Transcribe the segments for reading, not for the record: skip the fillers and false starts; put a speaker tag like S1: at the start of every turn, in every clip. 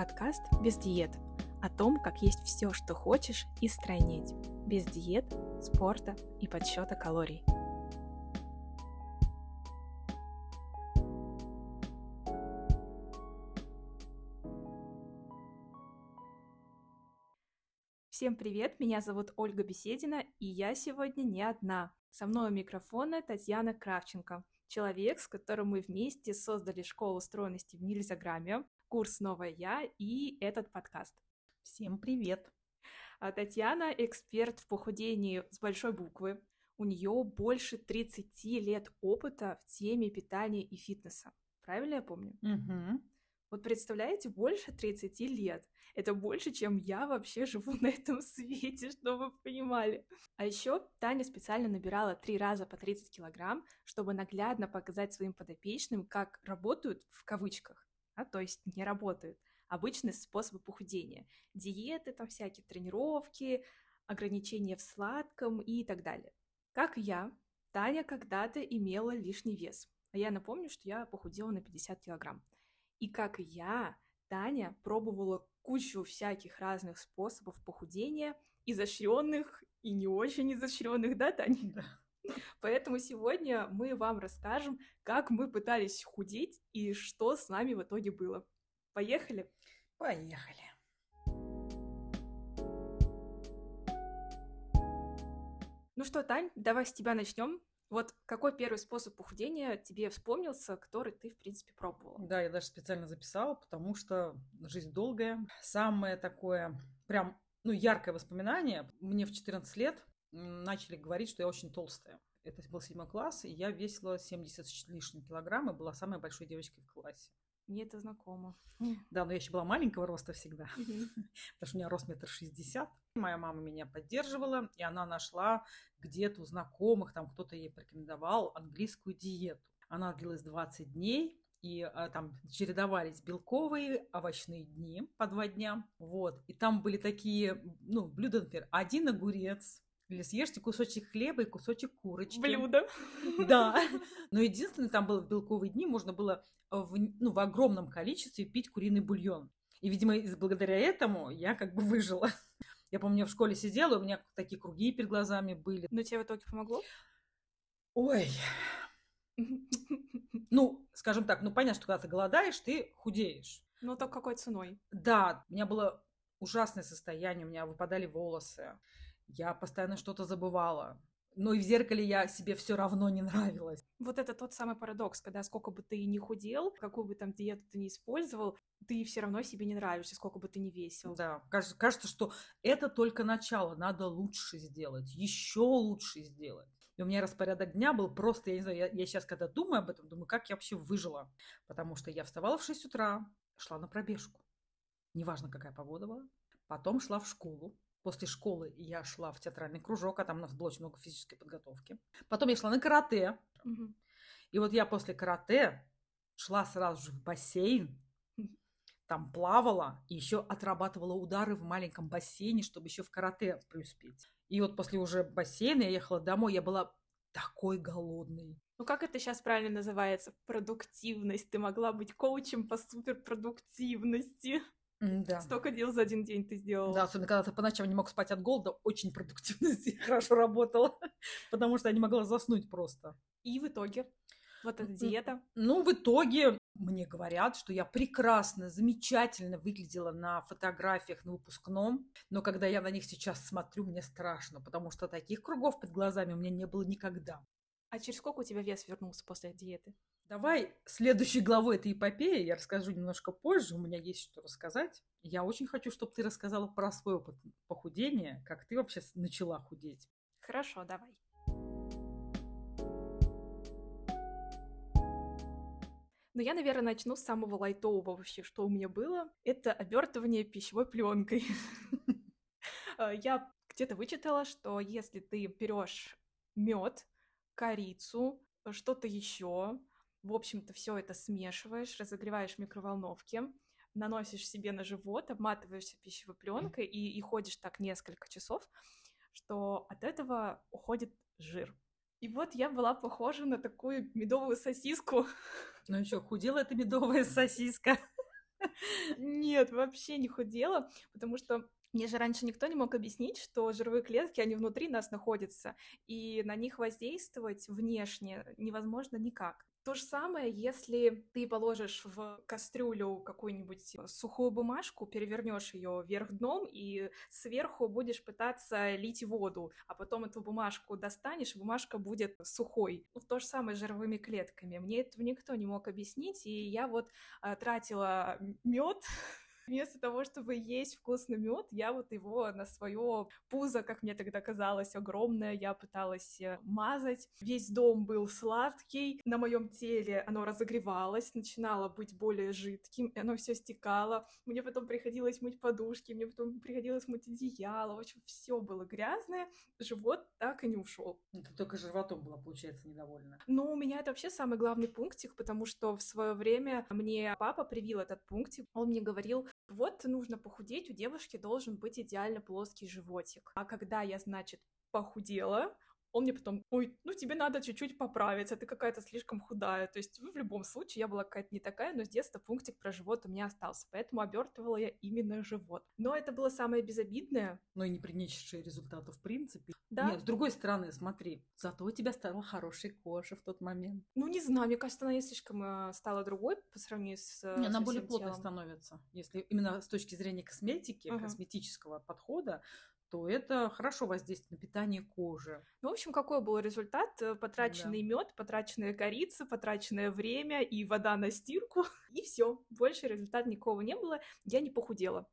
S1: Подкаст «Без диет» о том, как есть все, что хочешь, и стройнеть. Без диет, спорта и подсчета калорий. Всем привет, меня зовут Ольга Беседина, и я сегодня не одна. Со мной у микрофона Татьяна Кравченко, человек, с которым мы вместе создали школу стройности в Нильзяграме, курс «Новая я» и этот подкаст.
S2: Всем привет!
S1: Татьяна — эксперт в похудении с большой буквы. У нее больше 30 лет опыта в теме питания и фитнеса. Правильно я помню?
S2: Угу.
S1: Вот представляете, больше 30 лет. Это больше, чем я вообще живу на этом свете, чтобы вы понимали. А еще Таня специально набирала 3 раза по 30 килограмм, чтобы наглядно показать своим подопечным, как работают в кавычках, то есть не работают обычные способы похудения. Диеты, там всякие тренировки, ограничения в сладком и так далее. Как и я, Таня когда-то имела лишний вес. А я напомню, что я похудела на 50 килограмм. И как и я, Таня пробовала кучу всяких разных способов похудения, изощренных и не очень изощренных, да, Таня?
S2: Да.
S1: Поэтому сегодня мы вам расскажем, как мы пытались худеть и что с нами в итоге было. Поехали?
S2: Поехали!
S1: Ну что, Тань, давай с тебя начнем. Вот какой первый способ похудения тебе вспомнился, который ты, в принципе, пробовала?
S2: Да, я даже специально записала, потому что жизнь долгая. Самое такое прям, яркое воспоминание. Мне в 14 лет начали говорить, что я очень толстая. Это был 7 класс, и я весила 70 с лишним килограмм и была самой большой девочкой в классе.
S1: Мне это знакомо.
S2: Да, но я еще была маленького роста всегда,
S1: Мгм.
S2: потому что у меня рост 1,60 м. Моя мама меня поддерживала, и она нашла где-то у знакомых, там кто-то ей порекомендовал английскую диету. Она длилась 20 дней, и там чередовались белковые, овощные дни по 2 дня. Вот. И там были такие, блюда, например, 1 огурец, или съешьте кусочек хлеба и кусочек курочки.
S1: Блюдо.
S2: Да. Но единственное, там было в белковые дни, можно было в огромном количестве пить куриный бульон. И, видимо, благодаря этому я как бы выжила. Я помню, я в школе сидела, у меня такие круги перед глазами были.
S1: Но тебе в итоге помогло?
S2: Ой, скажем так, понятно, что когда ты голодаешь, ты худеешь.
S1: Ну, то какой ценой?
S2: Да, у меня было ужасное состояние, у меня выпадали волосы, я постоянно что-то забывала. Но и в зеркале я себе все равно не нравилась.
S1: Вот это тот самый парадокс, когда сколько бы ты ни худел, какую бы там диету ты ни использовал, ты все равно себе не нравишься, сколько бы ты ни весил.
S2: Да, кажется, что это только начало, надо лучше сделать, еще лучше сделать. И у меня распорядок дня был просто, я не знаю, я сейчас, когда думаю об этом, думаю, как я вообще выжила. Потому что я вставала в 6 утра, шла на пробежку. Неважно, какая погода была. Потом шла в школу. После школы я шла в театральный кружок, а там у нас было очень много физической подготовки. Потом я шла на карате.
S1: Мгм.
S2: И вот я после карате шла сразу же в бассейн, там плавала и еще отрабатывала удары в маленьком бассейне, чтобы еще в карате преуспеть. И вот после уже бассейна я ехала домой, я была такой голодной.
S1: Ну, как это сейчас правильно называется? Продуктивность. Ты могла быть коучем по суперпродуктивности.
S2: Да.
S1: Столько дел за один день ты сделала.
S2: Да, особенно когда ты по ночам не мог спать от голода, очень продуктивность хорошо работала, потому что я не могла заснуть просто.
S1: И в итоге вот эта диета.
S2: В итоге мне говорят, что я прекрасно, замечательно выглядела на фотографиях на выпускном, но когда я на них сейчас смотрю, мне страшно, потому что таких кругов под глазами у меня не было никогда.
S1: А через сколько у тебя вес вернулся после диеты?
S2: Давай следующей главой этой эпопеи я расскажу немножко позже, у меня есть что рассказать. Я очень хочу, чтобы ты рассказала про свой опыт похудения, как ты вообще начала худеть.
S1: Хорошо, давай. Но я, наверное, начну с самого лайтового вообще, что у меня было. Это обертывание пищевой пленкой. Я где-то вычитала, что если ты берешь мед, корицу, что-то еще, в общем-то, все это смешиваешь, разогреваешь в микроволновке, наносишь себе на живот, обматываешься пищевой пленкой и ходишь так несколько часов, что от этого уходит жир. И вот я была похожа на такую медовую сосиску.
S2: Ну и что, худела эта медовая сосиска?
S1: Нет, вообще не худела, потому что мне же раньше никто не мог объяснить, что жировые клетки, они внутри нас находятся, и на них воздействовать внешне невозможно никак. То же самое, если ты положишь в кастрюлю какую-нибудь сухую бумажку, перевернешь ее вверх дном и сверху будешь пытаться лить воду, а потом эту бумажку достанешь, и бумажка будет сухой. Ну, то же самое с жировыми клетками. Мне этого никто не мог объяснить, и я вот тратила мед. Вместо того, чтобы есть вкусный мед, я вот его на свое пузо, как мне тогда казалось, огромное, я пыталась мазать. Весь дом был сладкий, на моем теле оно разогревалось, начинало быть более жидким, и оно все стекало. Мне потом приходилось мыть подушки, мне потом приходилось мыть одеяло. В общем, все было грязное, живот так и не ушел.
S2: Ты только животом была, получается, недовольна.
S1: Ну, у меня это вообще самый главный пунктик, потому что в свое время мне папа привил этот пунктик. Он мне говорил, вот нужно похудеть, у девушки должен быть идеально плоский животик. А когда я, значит, похудела, он мне потом, ой, ну тебе надо чуть-чуть поправиться, ты какая-то слишком худая. То есть, в любом случае, я была какая-то не такая, но с детства пунктик про живот у меня остался, поэтому обертывала я именно живот. Но это было самое безобидное.
S2: Но и не принесшие результатов в принципе.
S1: Да?
S2: Нет, с другой стороны, смотри, зато у тебя стала хорошая кожа в тот момент.
S1: Ну, не знаю, мне кажется, она не слишком стала другой по сравнению с
S2: Она
S1: со
S2: более
S1: всем
S2: плотной
S1: телом.
S2: становится. Если именно с точки зрения косметики,
S1: Ага.
S2: косметического подхода, то это хорошо воздействует на питание кожи.
S1: Ну, в общем, какой был результат?
S2: Да.
S1: Потраченный мед, потраченная корица, потраченное время и вода на стирку. И все. Больше результата никакого не было. Я не похудела.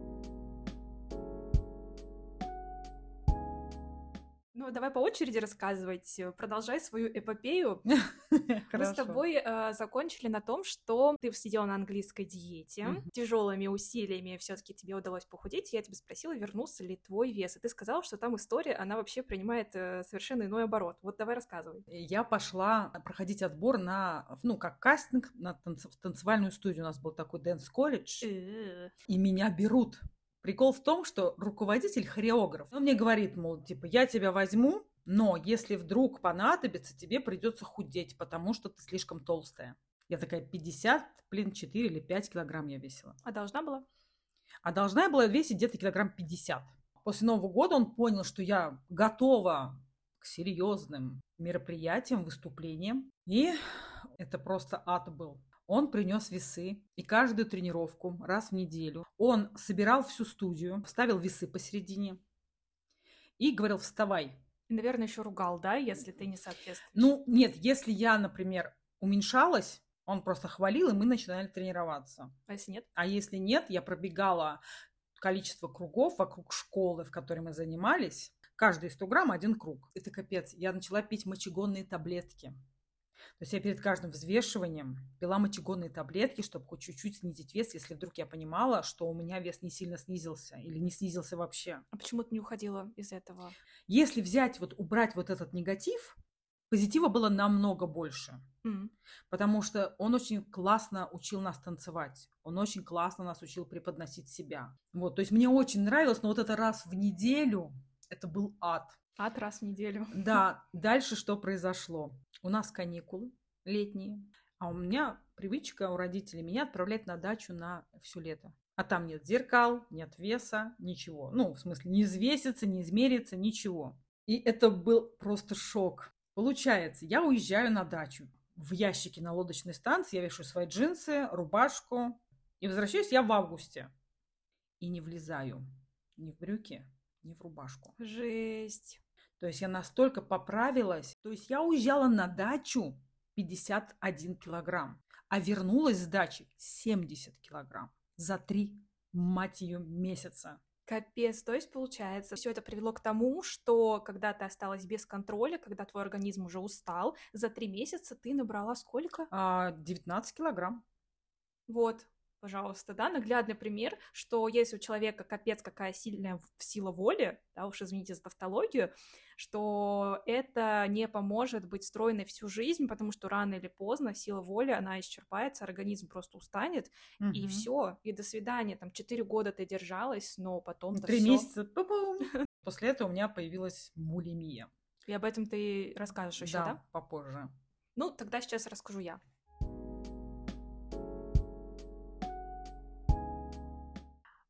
S1: Ну, давай по очереди рассказывать. Продолжай свою эпопею. Мы с
S2: Хорошо.
S1: тобой закончили на том, что ты сидела на английской диете,
S2: Мгм.
S1: тяжелыми усилиями все-таки тебе удалось похудеть. Я тебя спросила, вернулся ли твой вес. И ты сказала, что там история, она вообще принимает совершенно иной оборот. Вот давай рассказывай.
S2: Я пошла проходить отбор на, ну, как кастинг на в танцевальную студию. У нас был такой dance колледж, и меня берут. Прикол в том, что руководитель хореограф, он мне говорит, мол, типа, я тебя возьму, но если вдруг понадобится, тебе придется худеть, потому что ты слишком толстая. Я такая 4 или 5 килограмм я весила.
S1: А должна была?
S2: А должна я была весить где-то килограмм 50. После Нового года он понял, что я готова к серьезным мероприятиям, выступлениям. И это просто ад был. Он принес весы, и каждую тренировку раз в неделю он собирал всю студию, ставил весы посередине и говорил, вставай.
S1: И, наверное, еще ругал, да, если ты не соответствуешь.
S2: Ну, нет, если я, например, уменьшалась, он просто хвалил, и мы начинали тренироваться.
S1: А если нет?
S2: А если нет, я пробегала количество кругов вокруг школы, в которой мы занимались. Каждые 100 грамм один круг. Это капец. Я начала пить мочегонные таблетки. То есть я перед каждым взвешиванием пила мочегонные таблетки, чтобы хоть чуть-чуть снизить вес, если вдруг я понимала, что у меня вес не сильно снизился или не снизился вообще.
S1: А почему ты не уходила из этого?
S2: Если взять, вот убрать вот этот негатив, позитива было намного больше. Потому что он очень классно учил нас танцевать. Он очень классно нас учил преподносить себя. Вот, то есть мне очень нравилось, но вот это раз в неделю, это был ад.
S1: Ад раз в неделю.
S2: Да, дальше что произошло? У нас каникулы летние, а у меня привычка у родителей меня отправлять на дачу на все лето. А там нет зеркал, нет веса, ничего. Ну, в смысле, не взвеситься, не измериться, ничего. И это был просто шок. Получается, я уезжаю на дачу. В ящике на лодочной станции я вешаю свои джинсы, рубашку. И возвращаюсь я в августе. И не влезаю ни в брюки, ни в рубашку.
S1: Жесть.
S2: То есть я настолько поправилась. То есть я уезжала на дачу 51 килограмм, а вернулась с дачи 70 килограмм за 3, мать ее, месяца.
S1: Капец, то есть, получается, все это привело к тому, что когда ты осталась без контроля, когда твой организм уже устал, за 3 месяца ты набрала сколько?
S2: 19 килограмм.
S1: Вот, пожалуйста, да, наглядный пример, что если у человека капец какая сильная сила воли, да, уж извините за тавтологию, что это не поможет быть стройной всю жизнь, потому что рано или поздно сила воли, она исчерпается, организм просто устанет, и все, и до свидания. Там 4 года ты держалась, но потом-то
S2: 3
S1: всё.
S2: месяца. После этого у меня появилась булимия.
S1: И об этом ты расскажешь еще, да?
S2: Попозже.
S1: Ну, тогда сейчас расскажу я.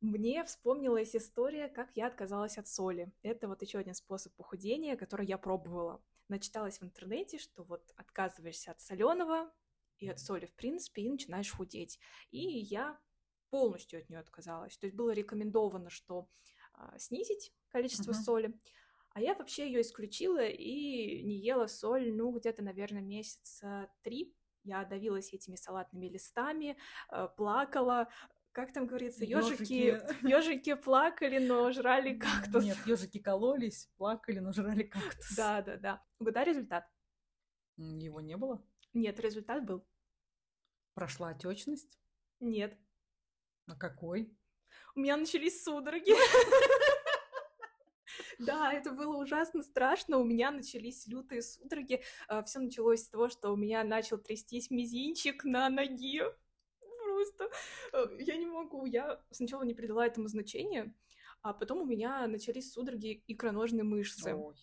S1: Мне вспомнилась история, как я отказалась от соли. Это вот еще один способ похудения, который я пробовала. Начиталась в интернете, что вот отказываешься от соленого и от соли, в принципе, и начинаешь худеть. И я полностью от нее отказалась. То есть было рекомендовано, что снизить количество
S2: Мгм.
S1: соли, а я вообще ее исключила и не ела соль, ну, где-то, наверное, месяца 3. Я давилась этими салатными листами, плакала. Как там говорится,
S2: Ежики.
S1: ежики плакали, но жрали кактус.
S2: Нет, ежики кололись, плакали, но жрали кактус.
S1: Да. Угадай результат.
S2: Его не было?
S1: Нет, результат был.
S2: Прошла отечность?
S1: Нет.
S2: А какой?
S1: У меня начались судороги. Да, это было ужасно страшно. У меня начались лютые судороги. Все началось с того, что у меня начал трястись мизинчик на ноге. Просто я не могу. Я сначала не придала этому значения, а потом у меня начались судороги икроножной мышцы.
S2: Ой.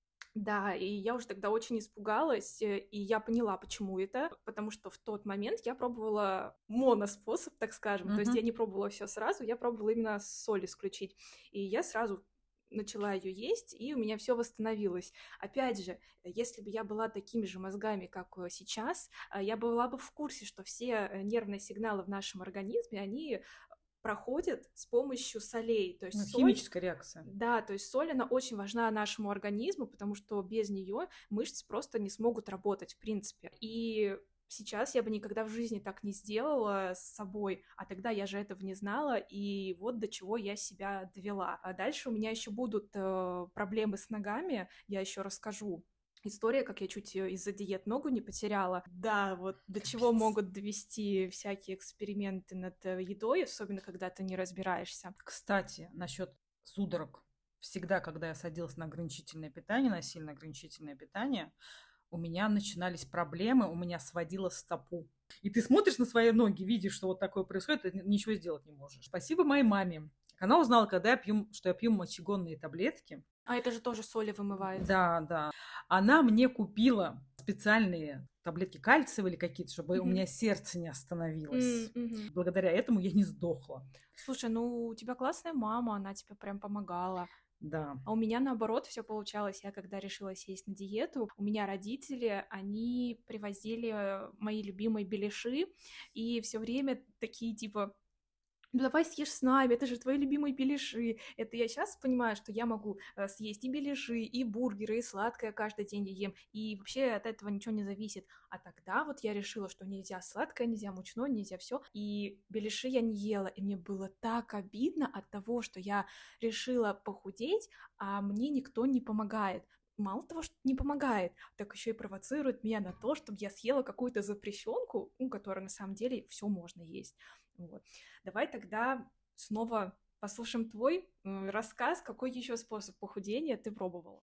S1: Да, и я уже тогда очень испугалась, и я поняла, почему это, потому что в тот момент я пробовала моноспособ, так скажем, то есть я
S2: Мгм.
S1: не пробовала все сразу, я пробовала именно соль исключить, и я сразу начала ее есть, и у меня все восстановилось. Опять же, если бы я была такими же мозгами, как сейчас, я была бы в курсе, что все нервные сигналы в нашем организме, они проходят с помощью солей. То есть
S2: Ну,
S1: соль,
S2: химическая реакция.
S1: да, то есть соль, она очень важна нашему организму, потому что без нее мышцы просто не смогут работать, в принципе. И сейчас я бы никогда в жизни так не сделала с собой, а тогда я же этого не знала, и вот до чего я себя довела. А дальше у меня еще будут проблемы с ногами, я еще расскажу. История, как я чуть из-за диет ногу не потеряла. Да, вот до чего
S2: Капец.
S1: могут довести всякие эксперименты над едой, особенно когда ты не разбираешься.
S2: Кстати, насчет судорог. Всегда, когда я садилась на ограничительное питание, на сильно ограничительное питание, у меня начинались проблемы, у меня сводило стопу. И ты смотришь на свои ноги, видишь, что вот такое происходит, и ничего сделать не можешь. Спасибо моей маме. Она узнала, когда я пью, что я пью мочегонные таблетки.
S1: А это же тоже соли вымывает.
S2: Да, да. Она мне купила специальные таблетки кальциевые или какие-то, чтобы у
S1: Мгм.
S2: меня сердце не остановилось.
S1: Мгм.
S2: Благодаря этому я не сдохла.
S1: Слушай, ну у тебя классная мама, она тебе прям помогала.
S2: Да.
S1: А у меня наоборот все получалось. Я когда решила сесть на диету, у меня родители, они привозили мои любимые беляши, и все время такие типа: ну давай съешь с нами, это же твои любимые беляши. Это я сейчас понимаю, что я могу съесть и беляши, и бургеры, и сладкое каждый день я ем, и вообще от этого ничего не зависит. А тогда вот я решила, что нельзя сладкое, нельзя мучное, нельзя все, и беляши я не ела, и мне было так обидно от того, что я решила похудеть, а мне никто не помогает. Мало того, что не помогает, так еще и провоцирует меня на то, чтобы я съела какую-то запрещенку, у которой на самом деле все можно есть. Вот. Давай тогда снова послушаем твой рассказ, какой еще способ похудения ты пробовала.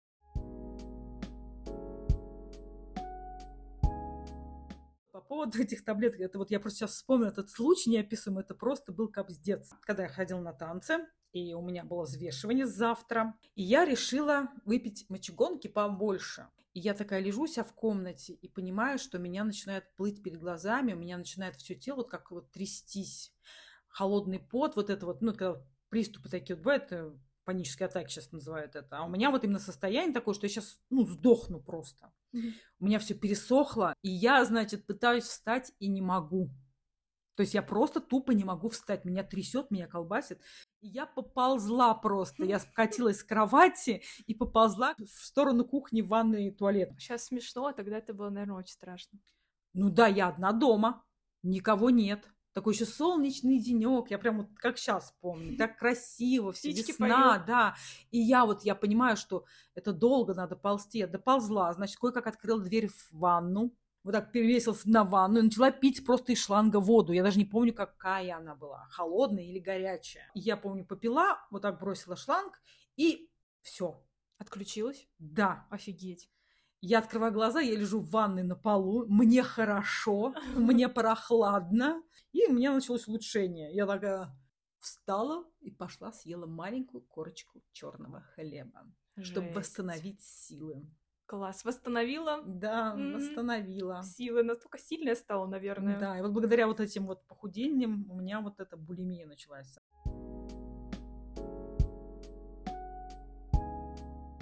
S2: По поводу этих таблеток, это вот я просто сейчас вспомнила этот случай неописуемый, это просто был капздец. Когда я ходила на танцы, и у меня было взвешивание завтра, и я решила выпить мочегонки побольше. И я такая лежу себя в комнате и понимаю, что меня начинает плыть перед глазами, у меня начинает все тело вот как вот трястись. Холодный пот, вот это вот, ну, когда приступы такие вот бывают, панические атаки сейчас называют это. А у меня вот именно состояние такое, что я сейчас, ну, сдохну просто.
S1: Мгм.
S2: У меня все пересохло, и я, значит, пытаюсь встать и не могу. То есть я просто тупо не могу встать. Меня трясет, меня колбасит. И я поползла просто. Я скатилась с кровати и поползла в сторону кухни, ванной, туалета.
S1: Сейчас смешно, а тогда это было, наверное, очень страшно.
S2: Ну да, я одна дома, никого нет. Такой еще солнечный денек, я прям вот как сейчас помню, так красиво, все
S1: Птички
S2: весна,
S1: поют.
S2: да. И я понимаю, что это долго надо ползти. Я доползла, значит, кое-как открыла дверь в ванну, вот так перевесилась на ванну и начала пить просто из шланга воду. Я даже не помню, какая она была, холодная или горячая. И я помню, попила, вот так бросила шланг, и все.
S1: Отключилась?
S2: Да,
S1: Офигеть.
S2: я открываю глаза, я лежу в ванной на полу, мне хорошо, мне прохладно, и у меня началось улучшение. Я такая встала и пошла съела маленькую корочку черного хлеба, чтобы
S1: Жесть.
S2: восстановить силы.
S1: Класс. Восстановила
S2: Да, восстановила.
S1: силы. Настолько сильная стала, наверное.
S2: Да, и вот благодаря вот этим вот похудениям у меня вот эта булимия началась.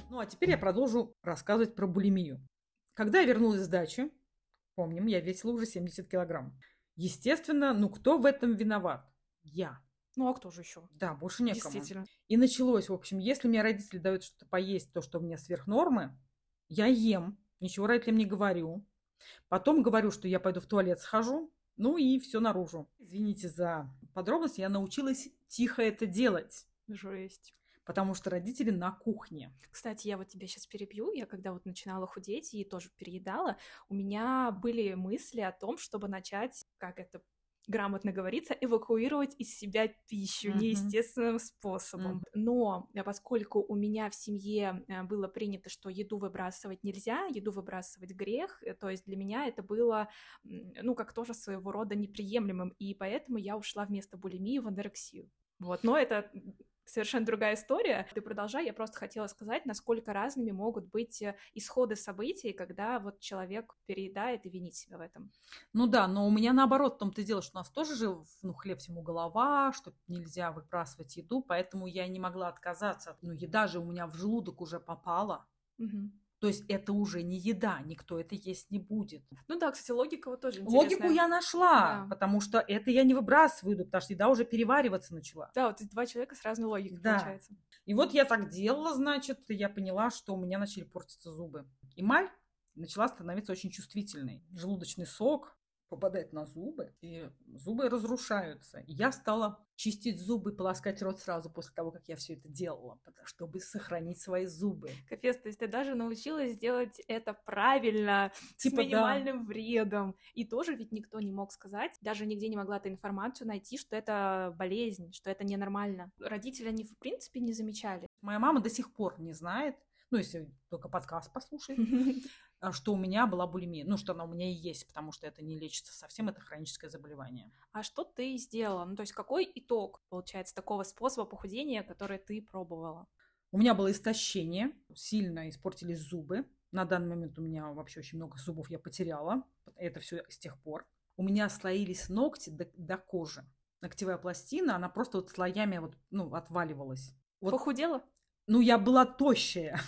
S2: Ну, а теперь я продолжу рассказывать про булимию. Когда я вернулась с дачи, помним, я весила уже 70 килограмм. Естественно, ну кто в этом виноват? Я.
S1: Ну, а кто же еще?
S2: Да, больше некому.
S1: Действительно.
S2: И началось, в общем, если мне родители дают что-то поесть, то, что у меня сверх нормы, я ем, ничего родителям не говорю. Потом говорю, что я пойду в туалет схожу, ну и все наружу. Извините за подробности, я научилась тихо это делать,
S1: Жесть.
S2: потому что родители на кухне.
S1: Кстати, я вот тебя сейчас перебью. Я когда вот начинала худеть и тоже переедала, у меня были мысли о том, чтобы начать, как это грамотно говорится, эвакуировать из себя пищу
S2: Мгм.
S1: неестественным способом.
S2: Мгм.
S1: Но поскольку у меня в семье было принято, что еду выбрасывать нельзя, еду выбрасывать грех, то есть для меня это было, ну, как тоже своего рода неприемлемым, и поэтому я ушла вместо булимии в анорексию. Вот, но это совершенно другая история. Ты продолжай, я просто хотела сказать, насколько разными могут быть исходы событий, когда вот человек переедает и винит себя в этом.
S2: Ну да, но у меня наоборот в том-то и дело, что у нас тоже же, ну, хлеб всему голова, что нельзя выбрасывать еду, поэтому я не могла отказаться. Ну, еда же у меня в желудок уже попала.
S1: Мгм.
S2: То есть это уже не еда, никто это есть не будет.
S1: Ну да, кстати, логика вот тоже
S2: Логику
S1: интересная.
S2: я нашла,
S1: Да.
S2: потому что это я не выбрасываю еду, потому что еда уже перевариваться начала.
S1: Да, вот два человека с разной логикой
S2: Да.
S1: получается.
S2: И вот я так делала, значит, и я поняла, что у меня начали портиться зубы. Эмаль начала становиться очень чувствительной. Желудочный сок попадает на зубы, и зубы разрушаются. И я стала чистить зубы, полоскать рот сразу после того, как я все это делала, чтобы сохранить свои зубы.
S1: Капец, то есть ты даже научилась делать это правильно,
S2: Типа,
S1: с
S2: да.
S1: минимальным вредом. И тоже ведь никто не мог сказать, даже нигде не могла ты информацию найти, что это болезнь, что это ненормально. Родители, они в принципе не замечали.
S2: Моя мама до сих пор не знает, ну, если только подкаст послушает, что у меня была булимия. Ну, что она у меня и есть, потому что это не лечится совсем, это хроническое заболевание.
S1: А что ты сделала? Ну, то есть какой итог, получается, такого способа похудения, который ты пробовала?
S2: У меня было истощение, сильно испортились зубы. На данный момент у меня вообще очень много зубов я потеряла. Это все с тех пор. У меня слоились ногти до кожи. Ногтевая пластина, она просто вот слоями вот, ну, отваливалась. Вот,
S1: Похудела?
S2: ну, я была тощая.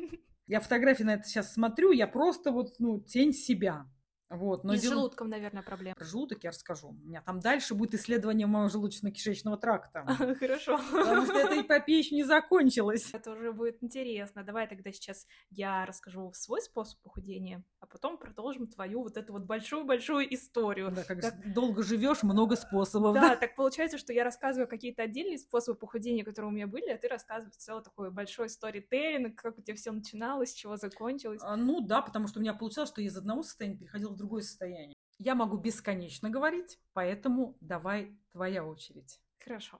S2: Я фотографии на это сейчас смотрю, я просто вот, ну, тень себя. Вот, но
S1: И с желудком, наверное, проблема.
S2: про желудок я расскажу. У меня там дальше будет исследование моего желудочно-кишечного тракта.
S1: Хорошо.
S2: Потому что эта эпопея еще не закончилась.
S1: Это уже будет интересно. Давай тогда сейчас я расскажу свой способ похудения, а потом продолжим твою вот эту вот большую-большую историю.
S2: Да, как
S1: Так-
S2: долго живешь, много способов.
S1: Да, так получается, что я рассказываю какие-то отдельные способы похудения, которые у меня были, а ты рассказываешь целый такой большой сторителлинг, как у тебя все начиналось, с чего закончилось.
S2: Ну да, потому что у меня получалось, что я из одного состояния переходила в другое состояние. Я могу бесконечно говорить, поэтому давай твоя очередь.
S1: Хорошо.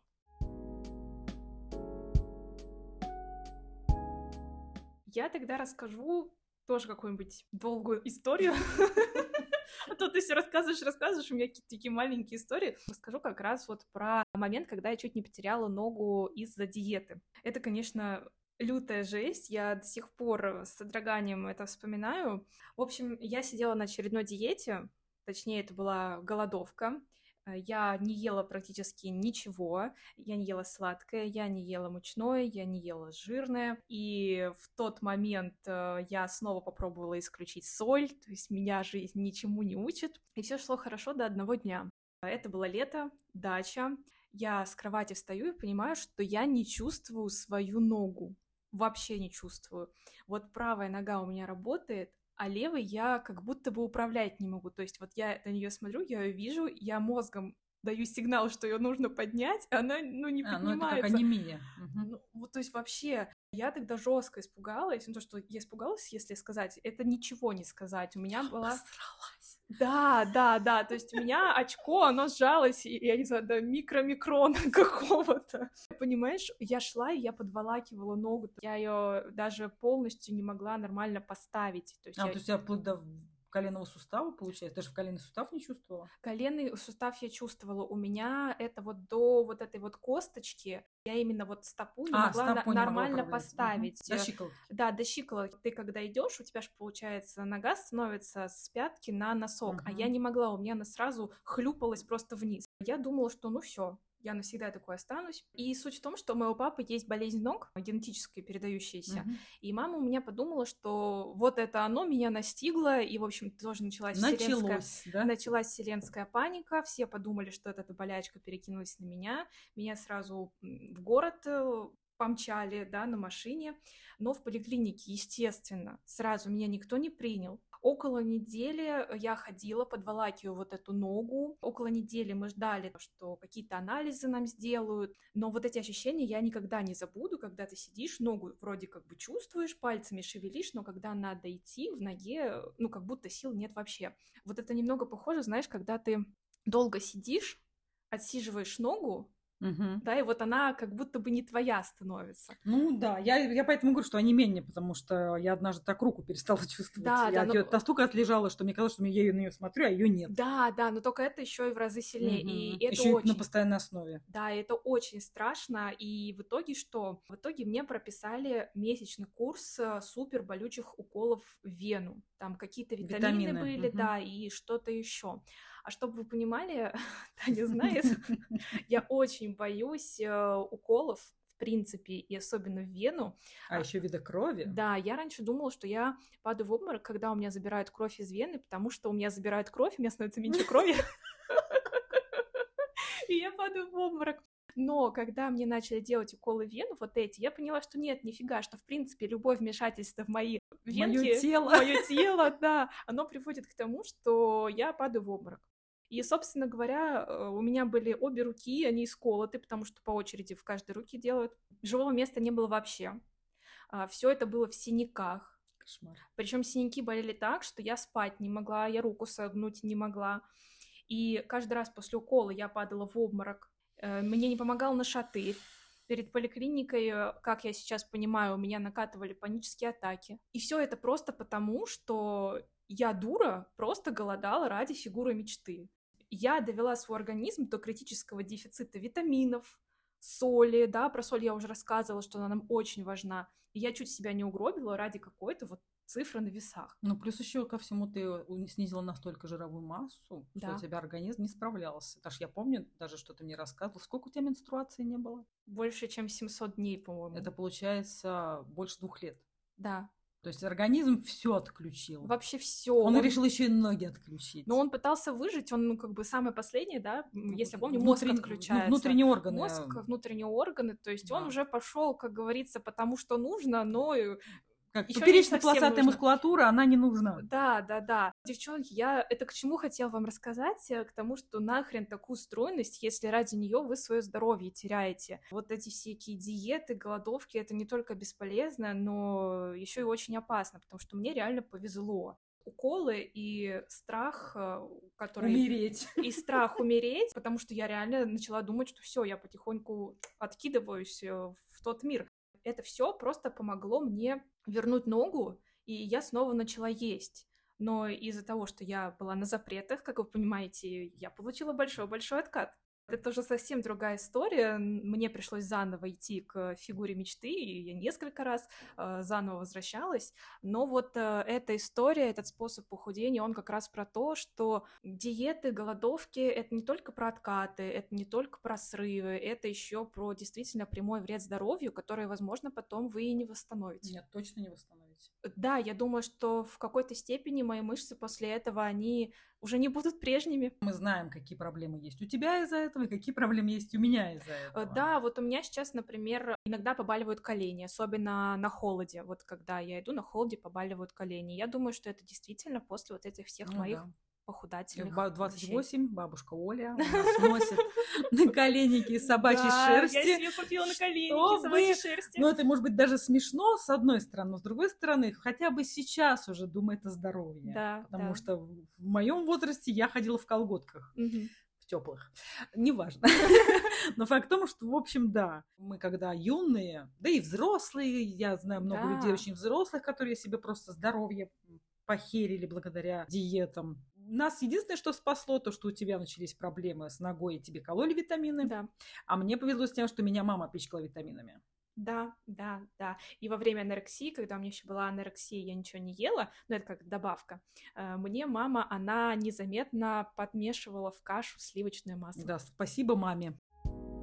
S1: Я тогда расскажу тоже какую-нибудь долгую историю. А то ты все рассказываешь, у меня какие-то такие маленькие истории. Расскажу как раз вот про момент, когда я чуть не потеряла ногу из-за диеты. Это, конечно, лютая жесть, я до сих пор с содроганием это вспоминаю. В общем, я сидела на очередной диете, точнее, это была голодовка. Я не ела практически ничего, я не ела сладкое, я не ела мучное, я не ела жирное. И в тот момент я снова попробовала исключить соль, то есть меня жизнь ничему не учит. И все шло хорошо до одного дня. Это было лето, дача. Я с кровати встаю и понимаю, что я не чувствую свою ногу. Вообще не чувствую. Вот правая нога у меня работает, а левой я как будто бы управлять не могу. То есть вот я на нее смотрю, я ее вижу, я мозгом даю сигнал, что ее нужно поднять, а она, ну, не
S2: Ну это как
S1: поднимается.
S2: анемия. Мгм.
S1: Ну, вот, то есть вообще, я тогда жестко испугалась. Ну, то, что я испугалась, если сказать, это ничего не сказать. У меня была...
S2: Посралась.
S1: Да, то есть у меня очко, оно сжалось, я не знаю, до микромикрона какого-то. Понимаешь, я шла, и я подволакивала ногу, я ее даже полностью не могла нормально поставить. То есть
S2: То есть у тебя вплоть до коленного сустава, получается? Даже в коленный сустав не чувствовала?
S1: коленный сустав я чувствовала. У меня это вот до вот этой вот косточки, я именно вот стопу не могла
S2: стопу не могла
S1: нормально
S2: управлять.
S1: поставить.
S2: До щиколотки.
S1: Да, до щиколотки. Ты когда идешь, у тебя же получается нога становится с пятки на носок, а я не могла, у меня она сразу хлюпалась просто вниз. Я думала, что ну все, я навсегда такой останусь. И суть в том, что у моего папы есть болезнь ног, генетически передающаяся, и мама у меня подумала, что вот это оно меня настигло, и, в общем, тоже началась вселенская паника, все подумали, что эта болячка перекинулась на меня сразу в город помчали, да, на машине, но в поликлинике, естественно, сразу меня никто не принял. Около недели я ходила, подволакиваю вот эту ногу. Около недели мы ждали, что какие-то анализы нам сделают. Но вот эти ощущения я никогда не забуду, когда ты сидишь, ногу вроде как бы чувствуешь, пальцами шевелишь, но когда надо идти, в ноге, ну, как будто сил нет вообще. Вот это немного похоже, знаешь, когда ты долго сидишь, отсиживаешь ногу, да, и вот она как будто бы не твоя становится.
S2: Ну да, я поэтому говорю, что онемение, потому что я однажды так руку перестала чувствовать.
S1: Да,
S2: я
S1: но...
S2: настолько отлежала, что мне казалось, что я на нее смотрю, а ее нет.
S1: Да, но только это еще и в разы сильнее. И это
S2: еще
S1: очень...
S2: и на постоянной основе.
S1: Да, это очень страшно. И в итоге что? В итоге мне прописали месячный курс супер болючих уколов в вену. Там какие-то витамины были, да, и что-то еще. А чтобы вы понимали, Таня знает, я очень боюсь уколов, в принципе, и особенно в вену.
S2: А еще вида крови?
S1: Да, я раньше думала, что я падаю в обморок, когда у меня забирают кровь из вены, потому что у меня забирают кровь, у меня становится меньше крови, и я падаю в обморок. Но когда мне начали делать уколы в вену, вот эти, я поняла, что нет, нифига, что, в принципе, любое вмешательство в мои венки, мое тело, да, оно приводит к тому, что я падаю в обморок. И, собственно говоря, у меня были обе руки, они исколоты, потому что по очереди в каждой руке делают. Живого места не было вообще. Все это было в синяках.
S2: Кошмар.
S1: Причем синяки болели так, что я спать не могла, я руку согнуть не могла. И каждый раз после укола я падала в обморок. Мне не помогал нашатырь. Перед поликлиникой, как я сейчас понимаю, у меня накатывали панические атаки. И все это просто потому, что я, дура, просто голодала ради фигуры мечты. Я довела свой организм до критического дефицита витаминов, соли, да, про соль я уже рассказывала, что она нам очень важна. И я чуть себя не угробила ради какой-то вот цифры на весах.
S2: Ну, плюс еще ко всему ты снизила настолько жировую массу,
S1: да.
S2: что у тебя организм не справлялся. Даже я помню, даже что ты мне рассказывала, сколько у тебя менструации не было?
S1: Больше, чем 700 дней, по-моему.
S2: Это получается больше 2 лет.
S1: Да.
S2: То есть организм все отключил.
S1: Вообще все.
S2: Он решил еще и ноги отключить.
S1: Но он пытался выжить, он, ну, как бы самое последнее, да, если я помню, мозг отключается.
S2: Внутренние органы.
S1: Мозг, внутренние органы, то есть он уже пошел, как говорится, потому что нужно, но...
S2: Как поперечно-полосатая мускулатура, она не нужна.
S1: Да. Девчонки, я это к чему хотела вам рассказать? К тому, что нахрен такую стройность, если ради нее вы свое здоровье теряете. Вот эти всякие диеты, голодовки, это не только бесполезно, но еще и очень опасно, потому что мне реально повезло. Уколы и страх, который...
S2: Умереть.
S1: И страх умереть, потому что я реально начала думать, что все, я потихоньку откидываюсь в тот мир. Это все просто помогло мне вернуть ногу, и я снова начала есть. Но из-за того, что я была на запретах, как вы понимаете, я получила большой-большой откат. Это уже совсем другая история. Мне пришлось заново идти к фигуре мечты, и я несколько раз заново возвращалась. Но вот эта история, этот способ похудения, он как раз про то, что диеты, голодовки — это не только про откаты, это не только про срывы, это еще про действительно прямой вред здоровью, который, возможно, потом вы и не восстановите.
S2: Нет, точно не восстановите.
S1: Да, я думаю, что в какой-то степени мои мышцы после этого, они уже не будут прежними.
S2: Мы знаем, какие проблемы есть у тебя из-за этого, и какие проблемы есть у меня из-за этого.
S1: Да, вот у меня сейчас, например, иногда побаливают колени, особенно на холоде. Вот когда я иду на холоде, побаливают колени. Я думаю, что это действительно после вот этих всех моих похудательных
S2: 28,
S1: вещей.
S2: Бабушка Оля у нас носит наколенники из собачьей шерсти.
S1: Я себе купила наколенники из собачьей шерсти.
S2: Ну, это может быть даже смешно, с одной стороны, но с другой стороны, хотя бы сейчас уже думает о здоровье.
S1: Да,
S2: потому что в моем возрасте я ходила в колготках. В теплых. Неважно. Но факт в том, что, в общем, да, мы когда юные, да и взрослые, я знаю много людей очень взрослых, которые себе просто здоровье похерили благодаря диетам. Нас единственное, что спасло, то, что у тебя начались проблемы с ногой, и тебе кололи витамины.
S1: Да.
S2: А мне повезло с тем, что меня мама пичкала витаминами.
S1: Да. И во время анорексии, когда у меня еще была анорексия, я ничего не ела, но это как добавка, мне мама, она незаметно подмешивала в кашу сливочное масло.
S2: Да, спасибо маме.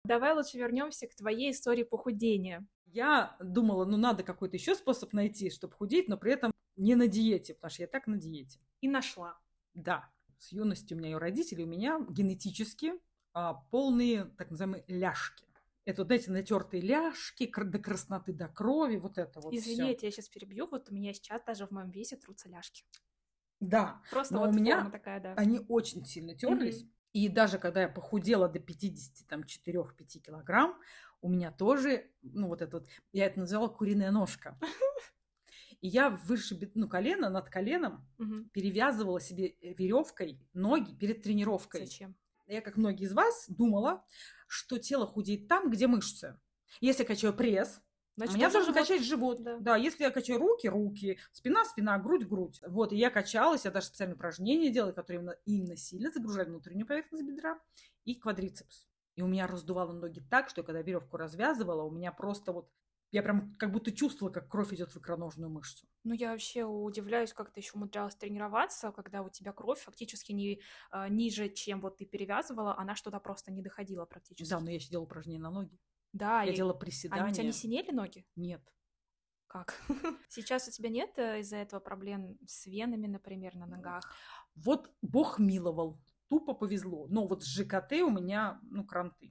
S1: Давай лучше вернемся к твоей истории похудения.
S2: Я думала, ну надо какой-то еще способ найти, чтобы худеть, но при этом не на диете, потому что я так на диете.
S1: И нашла.
S2: Да, с юности у меня и у родителей, у меня генетически полные так называемые ляжки. Это, вот, знаете, натертые ляжки до красноты, до крови, вот это вот
S1: Извини,
S2: всё.
S1: я тебя сейчас перебью. Вот у меня сейчас даже в моем весе трутся ляжки.
S2: Да,
S1: Просто
S2: но
S1: вот
S2: у меня
S1: форма такая, да.
S2: они очень сильно терлись. И даже когда я похудела до 54-5 килограмм, у меня тоже, ну вот это вот, я это называла куриная ножка. И я выше колено, над коленом перевязывала себе веревкой ноги перед тренировкой.
S1: Зачем?
S2: Я, как многие из вас, думала, что тело худеет там, где мышцы. Если я качаю пресс,
S1: Значит,
S2: у меня
S1: тоже
S2: должен качать живот.
S1: Да.
S2: Да, если я качаю руки, спина, грудь. Вот, и я качалась, я даже специальные упражнения делала, которые именно сильно загружали внутреннюю поверхность бедра и квадрицепс. И у меня раздувало ноги так, что когда веревку развязывала, у меня просто вот, я прям как будто чувствовала, как кровь идет в икроножную мышцу.
S1: Ну, я вообще удивляюсь, как ты еще умудрялась тренироваться, когда у тебя кровь фактически не ниже, чем вот ты перевязывала, она что-то просто не доходила практически.
S2: Да, но я еще делала упражнения на ноги.
S1: Да,
S2: Я делала приседания.
S1: Они у тебя не синели ноги?
S2: Нет.
S1: Как? Сейчас у тебя нет из-за этого проблем с венами, например, на ногах?
S2: Вот Бог миловал, тупо повезло. Но вот с ЖКТ у меня, кранты.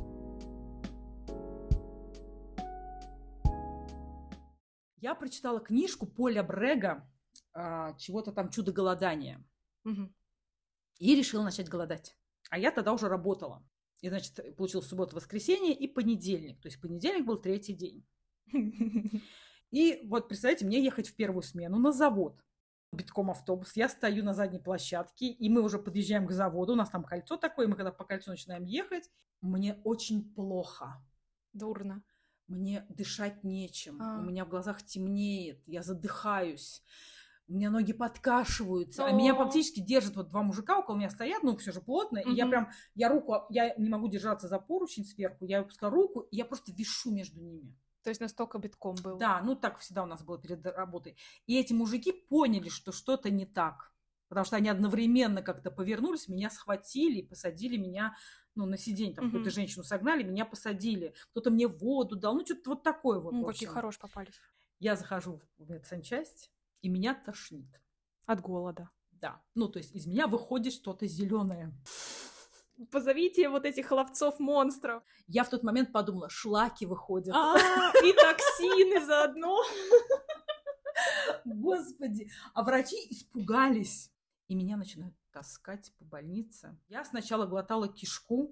S2: Я прочитала книжку Поля Брега, чего-то там «Чудо-голодание». И решила начать голодать. А я тогда уже работала. И, значит, получила субботу, воскресенье и понедельник. То есть понедельник был 3-й день. И вот, представляете, мне ехать в первую смену на завод. Битком автобус. Я стою на задней площадке, и мы уже подъезжаем к заводу. У нас там кольцо такое, и мы когда по кольцу начинаем ехать, мне очень плохо.
S1: Дурно.
S2: Мне дышать нечем. У меня в глазах темнеет. Я задыхаюсь. У меня ноги подкашиваются, а меня практически держат вот 2 мужика около меня стоят, все же плотно, и я не могу держаться за поручень сверху, я выпускаю руку, и я просто вишу между ними.
S1: То есть настолько битком был?
S2: Да, так всегда у нас было перед работой. И эти мужики поняли, что что-то не так, потому что они одновременно как-то повернулись, меня схватили, посадили меня, на сиденье, там какую-то женщину согнали, меня посадили, кто-то мне воду дал, что-то вот такое вот.
S1: Какие хорошие попались.
S2: Я захожу в медсанчасть, и меня тошнит.
S1: От голода.
S2: Да. То есть из меня выходит что-то зеленое.
S1: Позовите вот этих ловцов-монстров.
S2: Я в тот момент подумала, шлаки выходят.
S1: И токсины заодно.
S2: Господи. А врачи испугались. И меня начинают таскать по больнице. Я сначала глотала кишку.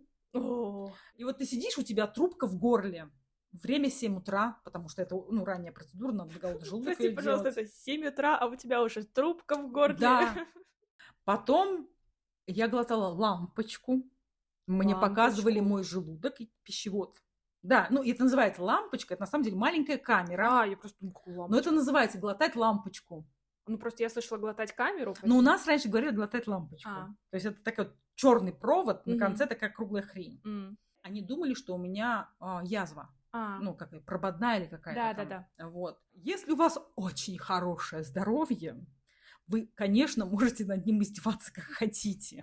S2: И вот ты сидишь, у тебя трубка в горле. Время 7 утра, потому что это, ранняя процедура, надо голодный желудок
S1: Прости, пожалуйста, это 7 утра, а у тебя уже трубка в горле.
S2: Да. Потом я глотала лампочку. Мне показывали мой желудок и пищевод. Да, это называется лампочка, это на самом деле маленькая камера.
S1: Я просто думаю, какую лампочку.
S2: Но это называется глотать лампочку.
S1: Просто я слышала глотать камеру.
S2: Но у нас раньше говорили глотать лампочку. То есть это такой вот черный провод, на конце такая круглая хрень. Они думали, что у меня язва. Прободная или какая-то.
S1: Да.
S2: Вот. Если у вас очень хорошее здоровье, вы, конечно, можете над ним издеваться как хотите.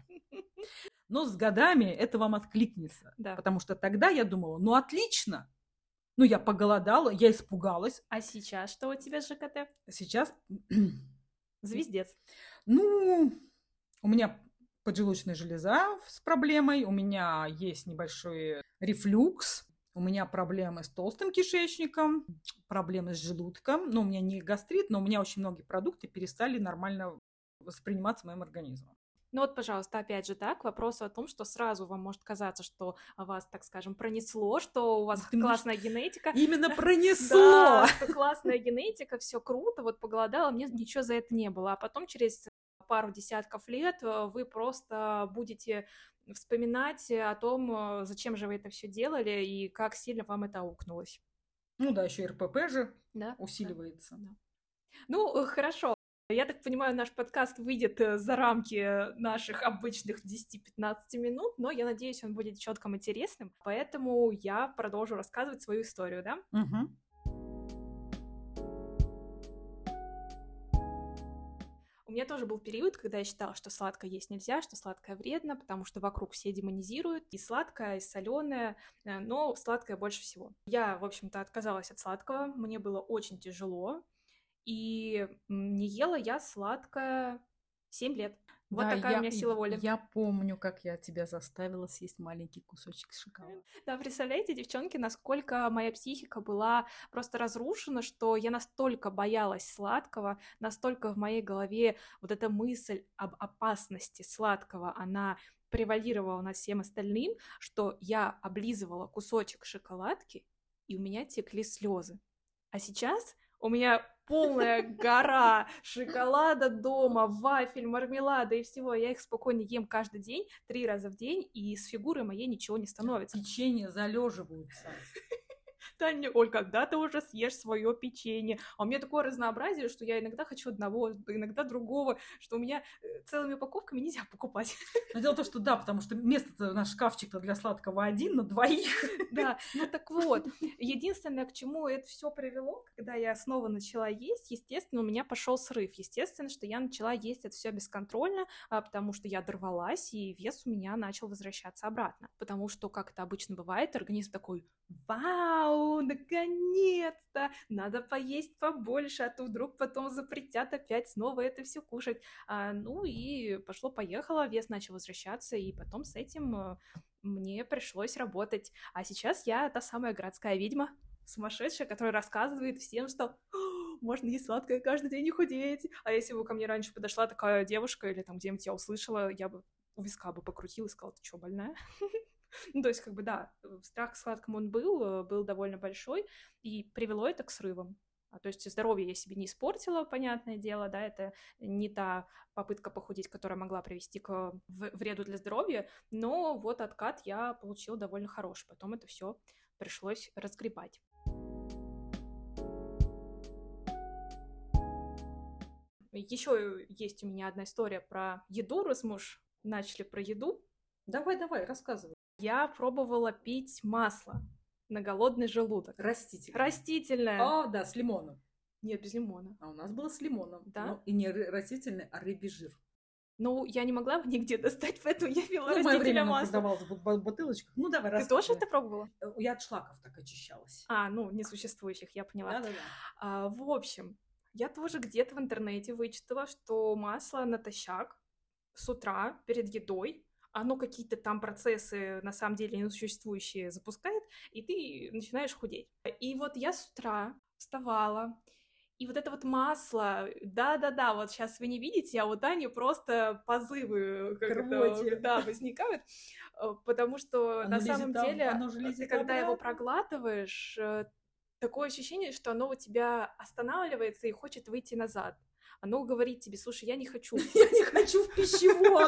S2: Но с годами это вам откликнется.
S1: Да.
S2: Потому что тогда я думала, отлично. Я поголодала, я испугалась.
S1: А сейчас что у тебя с ЖКТ?
S2: Сейчас...
S1: Звездец.
S2: У меня поджелудочная железа с проблемой, у меня есть небольшой рефлюкс, у меня проблемы с толстым кишечником, проблемы с желудком. У меня не гастрит, но у меня очень многие продукты перестали нормально восприниматься моим организмом.
S1: Пожалуйста, опять же, к вопросу о том, что сразу вам может казаться, что вас, так скажем, пронесло, что у вас классная генетика.
S2: Именно пронесло!
S1: Да, что классная генетика, все круто, поголодала, мне ничего за это не было. А потом через пару десятков лет вы просто будете вспоминать о том, зачем же вы это все делали и как сильно вам это аукнулось.
S2: Еще РПП же усиливается.
S1: Да. Хорошо. Я так понимаю, наш подкаст выйдет за рамки наших обычных 10-15 минут, но я надеюсь, он будет четким, интересным, поэтому я продолжу рассказывать свою историю, да? У меня тоже был период, когда я считала, что сладкое есть нельзя, что сладкое вредно, потому что вокруг все демонизируют и сладкое, и соленое, но сладкое больше всего. Я, в общем-то, отказалась от сладкого, мне было очень тяжело, и не ела я сладкое 7 лет. Вот
S2: Да,
S1: такая у меня сила воли.
S2: я помню, как я тебя заставила съесть маленький кусочек шоколада.
S1: Да, представляете, девчонки, насколько моя психика была просто разрушена, что я настолько боялась сладкого, настолько в моей голове вот эта мысль об опасности сладкого, она превалировала над всем остальным, что я облизывала кусочек шоколадки, и у меня текли слезы. А сейчас у меня полная гора шоколада дома, вафель, мармелада и всего. Я их спокойно ем каждый день, 3 раза в день, и с фигурой моей ничего не становится.
S2: Печенье залеживаются.
S1: Таня, Оль, когда ты уже съешь свое печенье? А у меня такое разнообразие, что я иногда хочу одного, иногда другого, что у меня целыми упаковками нельзя покупать.
S2: Но дело в том, что да, потому что место-то наш шкафчик-то для сладкого один на двоих.
S1: Да, ну так вот, единственное, к чему это все привело, когда я снова начала есть, естественно, у меня пошел срыв. Естественно, что я начала есть это все бесконтрольно, потому что я дорвалась, и вес у меня начал возвращаться обратно. Потому что, как это обычно бывает, организм такой: вау, наконец-то, надо поесть побольше, а то вдруг потом запретят опять снова это все кушать. Ну и пошло-поехало, вес начал возвращаться, и потом с этим мне пришлось работать. А сейчас я та самая городская ведьма, сумасшедшая, которая рассказывает всем, что можно есть сладкое каждый день и худеть. А если бы ко мне раньше подошла такая девушка, или там где-нибудь я услышала, я бы у виска бы покрутила и сказала: ты что, больная? Ну, то есть, как бы, да, страх к сладкому он был довольно большой, и привело это к срывам. То есть здоровье я себе не испортила, понятное дело, да, это не та попытка похудеть, которая могла привести к вреду для здоровья, но вот откат я получила довольно хороший, потом это все пришлось разгребать. Еще есть у меня одна история про еду, раз мы уж начали про еду.
S2: Давай, рассказывай.
S1: Я пробовала пить масло на голодный желудок. Растительное.
S2: А, да, с лимоном.
S1: Нет, без лимона.
S2: А у нас было с лимоном.
S1: Да?
S2: Но и не растительный, а рыбий жир.
S1: Ну, я не могла его нигде достать, поэтому я пила
S2: Ну, в мое
S1: растительное
S2: время
S1: масло.
S2: продавалось в бутылочках. Ну, давай,
S1: Ты
S2: рассказывай.
S1: тоже это пробовала?
S2: Я от шлаков так очищалась.
S1: Ну, несуществующих, я поняла.
S2: Да.
S1: В общем, я тоже где-то в интернете вычитала, что масло натощак с утра перед едой, оно какие-то там процессы, на самом деле, несуществующие запускает, и ты начинаешь худеть. И вот я с утра вставала, и вот это вот масло, да-да-да, вот сейчас вы не видите, а вот Ане просто позывы возникают, потому что
S2: Оно
S1: на самом деле, ты когда его
S2: обратно.
S1: проглатываешь, такое ощущение, что оно у тебя останавливается и хочет выйти назад. Оно говорит тебе: слушай, я не хочу.
S2: Я не хочу в пищевод.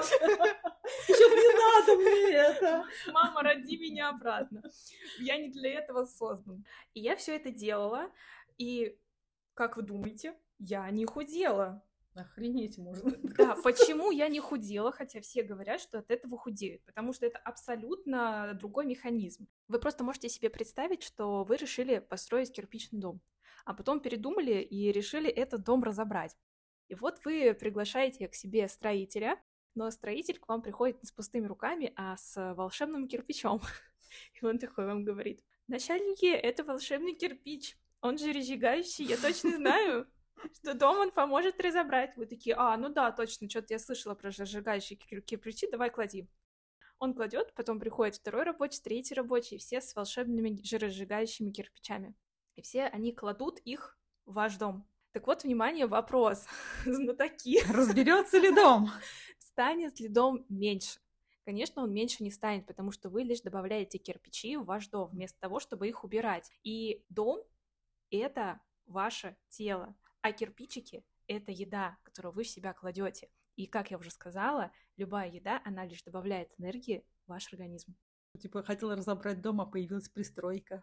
S2: Еще не надо мне это.
S1: Мама, роди меня обратно. Я не для этого создан. И я все это делала, и, как вы думаете, я не худела.
S2: Охренеть можно.
S1: Да, почему я не худела, хотя все говорят, что от этого худеют? Потому что это абсолютно другой механизм. Вы просто можете себе представить, что вы решили построить кирпичный дом, а потом передумали и решили этот дом разобрать. И вот вы приглашаете к себе строителя, но строитель к вам приходит не с пустыми руками, а с волшебным кирпичом. И он такой вам говорит: начальники, это волшебный кирпич, он же разжигающий, я точно знаю, что дом он поможет разобрать. Вы такие: ну да, точно, что-то я слышала про разжигающие кирпичи, давай клади. Он кладет, потом приходит второй рабочий, третий рабочий, все с волшебными жиросжигающими кирпичами. И все они кладут их в ваш дом. Так вот, внимание, вопрос. Знатоки.
S2: Разберется ли дом?
S1: Станет ли дом меньше? Конечно, он меньше не станет, потому что вы лишь добавляете кирпичи в ваш дом, вместо того, чтобы их убирать. И дом — это ваше тело, а кирпичики — это еда, которую вы в себя кладете. И, как я уже сказала, любая еда, она лишь добавляет энергии в ваш организм.
S2: Типа, хотела разобрать дом, а появилась пристройка.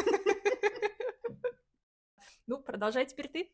S1: Ну, продолжай теперь ты.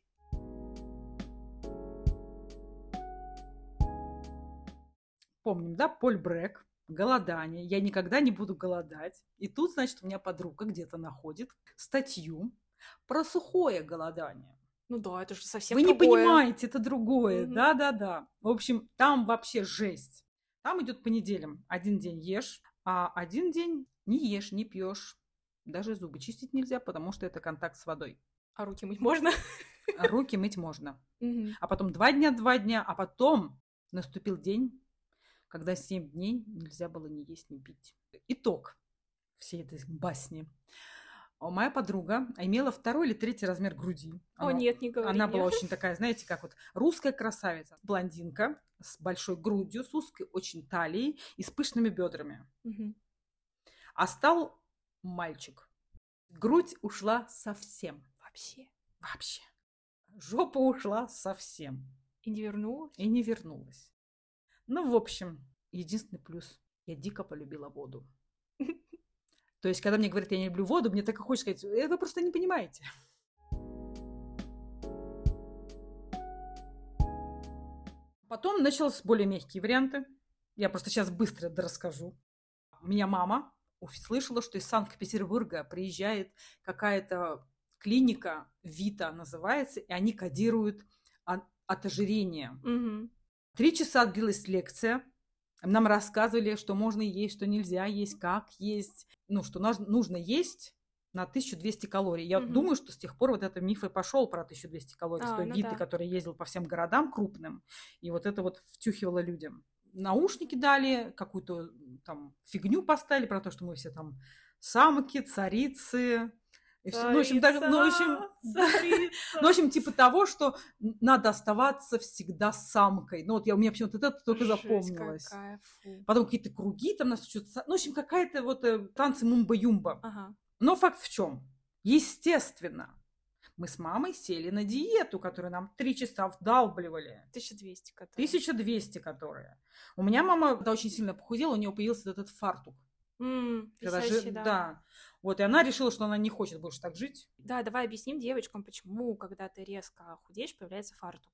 S2: Помним, да, Поль Брек, голодание. Я никогда не буду голодать. И тут, значит, у меня подруга где-то находит статью про сухое голодание.
S1: Ну да, это же совсем
S2: Вы не
S1: другое.
S2: понимаете, это другое.
S1: Мгм.
S2: Да-да-да. В общем, там вообще жесть. Там идет по неделям. Один день ешь, а один день не ешь, не пьешь. Даже зубы чистить нельзя, потому что это контакт с водой.
S1: А руки мыть можно?
S2: А руки мыть можно.
S1: Мгм.
S2: А потом 2 дня, а потом наступил день, когда 7 дней нельзя было ни есть, ни пить. Итог всей этой басни. Моя подруга имела 2-й или 3-й размер груди.
S1: О, нет, не говори
S2: Она
S1: мне.
S2: была очень такая, знаете, как вот русская красавица. Блондинка с большой грудью, с узкой очень талией и с пышными бедрами.
S1: Мгм.
S2: А стал мальчик. Грудь ушла совсем.
S1: Вообще.
S2: Вообще. Жопа ушла совсем.
S1: И не вернулась?
S2: И не вернулась. Ну, в общем, единственный плюс. Я дико полюбила воду. То есть, когда мне говорят, я не люблю воду, мне так и хочется сказать, вы просто не понимаете. Потом начались более мягкие варианты. Я просто сейчас быстро расскажу. Меня мама услышала, что из Санкт-Петербурга приезжает какая-то клиника, Вита называется, и они кодируют от ожирения.
S1: Мгм.
S2: 3 часа длилась лекция. Нам рассказывали, что можно есть, что нельзя есть, как есть. Ну, что нужно есть на 1200 калорий. Я вот
S1: Мгм.
S2: думаю, что с тех пор вот этот миф и пошел про 1200 калорий. С той
S1: Ну
S2: Виты,
S1: да.
S2: который ездил по всем городам крупным. И вот это вот втюхивало людям. Наушники дали, какую-то там фигню поставили про то, что мы все там самки, царицы. И всё. Ну, в общем,
S1: Царица,
S2: в общем, типа того, что надо оставаться всегда самкой. Ну, вот у меня почему-то это только
S1: Жесть
S2: запомнилось.
S1: какая, фу.
S2: Потом какие-то круги там нас что-то... Ну, в общем, какая-то вот танцы мумба-юмба.
S1: Ага.
S2: Но факт в чем? Естественно, мы с мамой сели на диету, которую нам 3 часа вдалбливали.
S1: 1200 которые.
S2: 1200 которые. У меня мама, когда очень сильно похудела, у нее появился этот фартук.
S1: Висящий, да.
S2: Да. Вот, и она решила, что она не хочет больше так жить.
S1: Да, давай объясним девочкам, почему, когда ты резко худеешь, появляется фартук.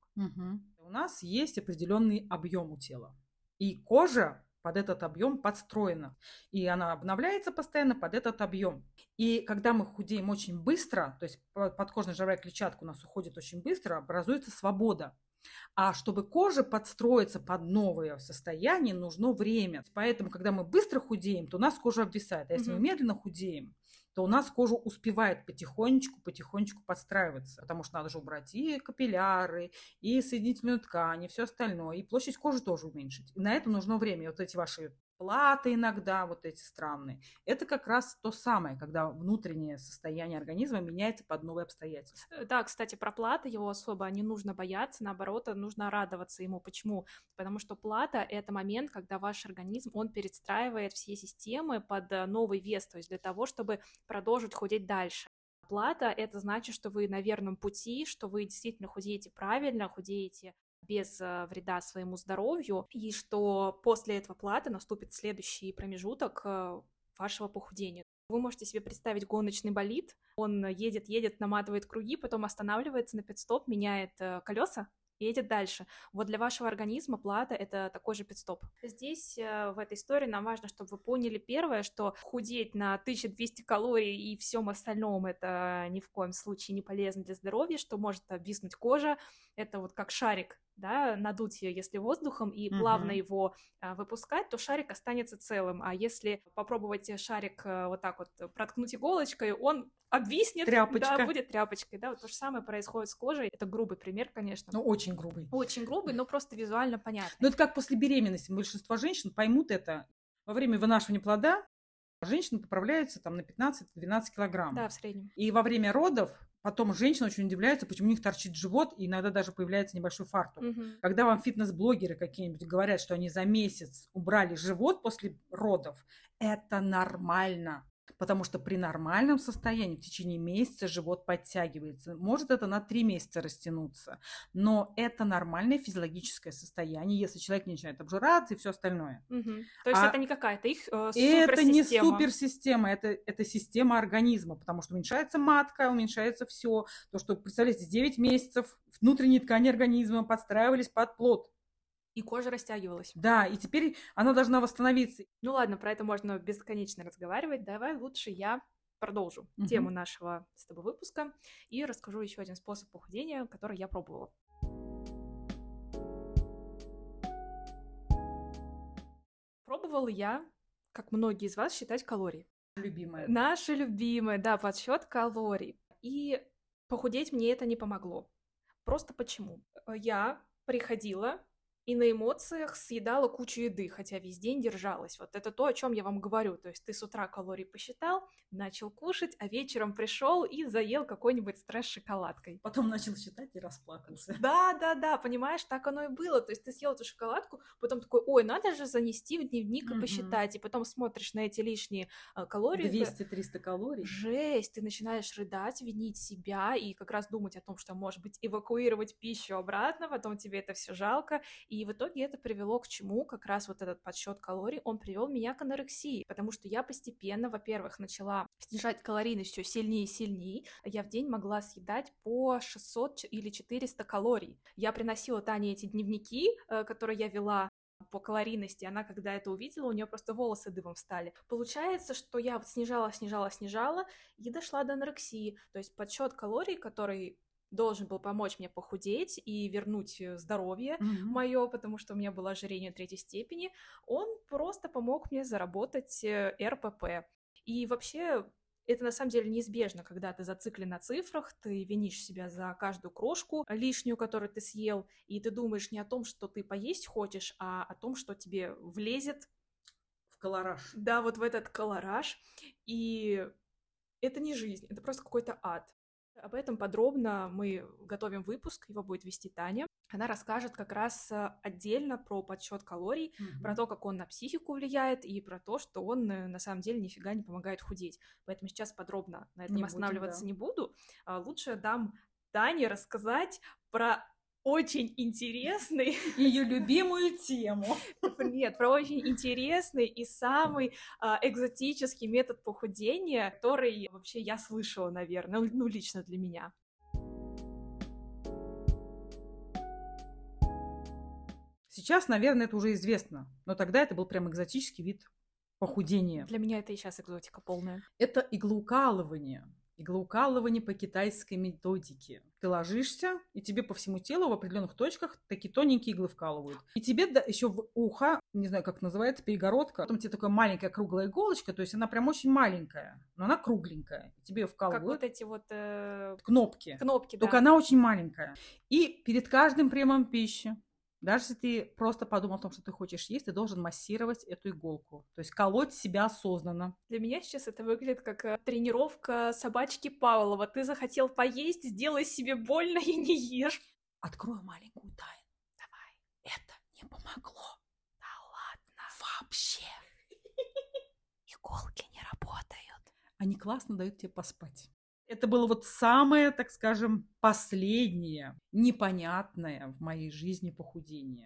S2: У нас есть определенный объем у тела. И кожа под этот объем подстроена. И она обновляется постоянно под этот объем. И когда мы худеем очень быстро, то есть подкожная жировая клетчатка у нас уходит очень быстро, образуется свобода. А чтобы кожа подстроиться под новое состояние, нужно время. Поэтому, когда мы быстро худеем, то у нас кожа обвисает. А если мы медленно худеем, то у нас кожа успевает потихонечку подстраиваться. Потому что надо же убрать и капилляры, и соединительную ткань, и все остальное. И площадь кожи тоже уменьшить. И на это нужно время. И вот эти ваши платы иногда, вот эти странные, это как раз то самое, когда внутреннее состояние организма меняется под новые обстоятельства.
S1: Да, кстати, про платы его особо не нужно бояться, наоборот, нужно радоваться ему. Почему? Потому что плата — это момент, когда ваш организм, он перестраивает все системы под новый вес, то есть для того, чтобы продолжить худеть дальше. Плата — это значит, что вы на верном пути, что вы действительно худеете правильно, худеете без вреда своему здоровью, и что после этого платы наступит следующий промежуток вашего похудения. Вы можете себе представить гоночный болид, он едет, наматывает круги, потом останавливается на пит-стоп, меняет колеса и едет дальше. Вот для вашего организма плата — это такой же пит-стоп. Здесь, в этой истории, нам важно, чтобы вы поняли первое, что худеть на 1200 калорий и всем остальном — это ни в коем случае не полезно для здоровья, что может обвиснуть кожа. Это вот как шарик, да, надуть ее, если воздухом, и плавно его выпускать, то шарик останется целым. А если попробовать шарик вот так вот проткнуть иголочкой, он обвиснет,
S2: Тряпочка.
S1: да, будет тряпочкой, да, вот то же самое происходит с кожей. Это грубый пример, конечно.
S2: Ну, очень грубый.
S1: Очень грубый, но просто визуально понятно.
S2: Но это как после беременности. Большинство женщин поймут это. Во время вынашивания плода женщина поправляется там на 15-12 килограмм.
S1: Да, в среднем.
S2: И во время родов потом женщины очень удивляются, почему у них торчит живот, и иногда даже появляется небольшой фартук. Когда вам фитнес-блогеры какие-нибудь говорят, что они за месяц убрали живот после родов, это нормально. Потому что при нормальном состоянии в течение месяца живот подтягивается. Может это на 3 месяца растянуться. Но это нормальное физиологическое состояние, если человек не начинает обжираться и все остальное.
S1: То есть это не какая-то их суперсистема.
S2: Это не суперсистема, это система организма, потому что уменьшается матка, уменьшается все. То, что, представляете, 9 месяцев внутренние ткани организма подстраивались под плод.
S1: И кожа растягивалась.
S2: Да, и теперь она должна восстановиться.
S1: Ну ладно, про это можно бесконечно разговаривать. Давай лучше я продолжу тему нашего с тобой выпуска и расскажу еще один способ похудения, который я пробовала. Пробовала я, как многие из вас, считать калории.
S2: Любимая.
S1: Наша любимая, да, подсчет калорий. И похудеть мне это не помогло. Просто почему? Я приходила и на эмоциях съедала кучу еды, хотя весь день держалась. Вот это то, о чем я вам говорю. То есть ты с утра калорий посчитал, начал кушать, а вечером пришел и заел какой-нибудь стресс шоколадкой.
S2: Потом начал считать и расплакался.
S1: Да, понимаешь, так оно и было. То есть ты съел эту шоколадку, потом такой, ой, надо же занести в дневник и посчитать. И потом смотришь на эти лишние калории.
S2: 200-300 калорий.
S1: Жесть, ты начинаешь рыдать, винить себя и как раз думать о том, что, может быть, эвакуировать пищу обратно, потом тебе это все жалко. И в итоге это привело к чему? Как раз вот этот подсчет калорий, он привел меня к анорексии, потому что я постепенно, во-первых, начала снижать калорийность все сильнее и сильнее. Я в день могла съедать по 600 или 400 калорий. Я приносила Тане эти дневники, которые я вела по калорийности, она, когда это увидела, у нее просто волосы дыбом встали. Получается, что я вот снижала и дошла до анорексии. То есть подсчет калорий, который должен был помочь мне похудеть и вернуть здоровье мое, потому что у меня было ожирение 3 степени, он просто помог мне заработать РПП. И вообще это на самом деле неизбежно, когда ты зациклен на цифрах, ты винишь себя за каждую крошку лишнюю, которую ты съел, и ты думаешь не о том, что ты поесть хочешь, а о том, что тебе влезет
S2: в колораж.
S1: Да, вот в этот колораж. И это не жизнь, это просто какой-то ад. Об этом подробно мы готовим выпуск, его будет вести Таня. Она расскажет как раз отдельно про подсчет калорий, про то, как он на психику влияет, и про то, что он на самом деле нифига не помогает худеть. Поэтому сейчас подробно на этом останавливаться не буду. Лучше дам Тане рассказать про очень интересный...
S2: Ее любимую тему.
S1: Нет, про очень интересный и самый экзотический метод похудения, который вообще я слышала, наверное, ну, лично для меня.
S2: Сейчас, наверное, это уже известно, но тогда это был прям экзотический вид похудения.
S1: Для меня это и сейчас экзотика полная.
S2: Это иглоукалывание. Иглоукалывание по китайской методике. Ты ложишься, и тебе по всему телу в определенных точках такие тоненькие иглы вкалывают. И тебе еще в ухо, не знаю, как называется, перегородка. Потом тебе такая маленькая круглая иголочка, то есть она прям очень маленькая, но она кругленькая. И тебе ее вкалывают.
S1: Как вот эти вот...
S2: Кнопки.
S1: Кнопки,
S2: Только она очень маленькая. И перед каждым приемом пищи, даже если ты просто подумал о том, что ты хочешь есть, ты должен массировать эту иголку. То есть колоть себя осознанно.
S1: Для меня сейчас это выглядит как тренировка собачки Павлова. Ты захотел поесть, сделай себе больно и не ешь.
S2: Открою маленькую тайну.
S1: Давай.
S2: Это не помогло.
S1: Да ладно.
S2: Вообще.
S1: Иголки не работают.
S2: Они классно дают тебе поспать. Это было вот самое, так скажем, последнее, непонятное в моей жизни похудение.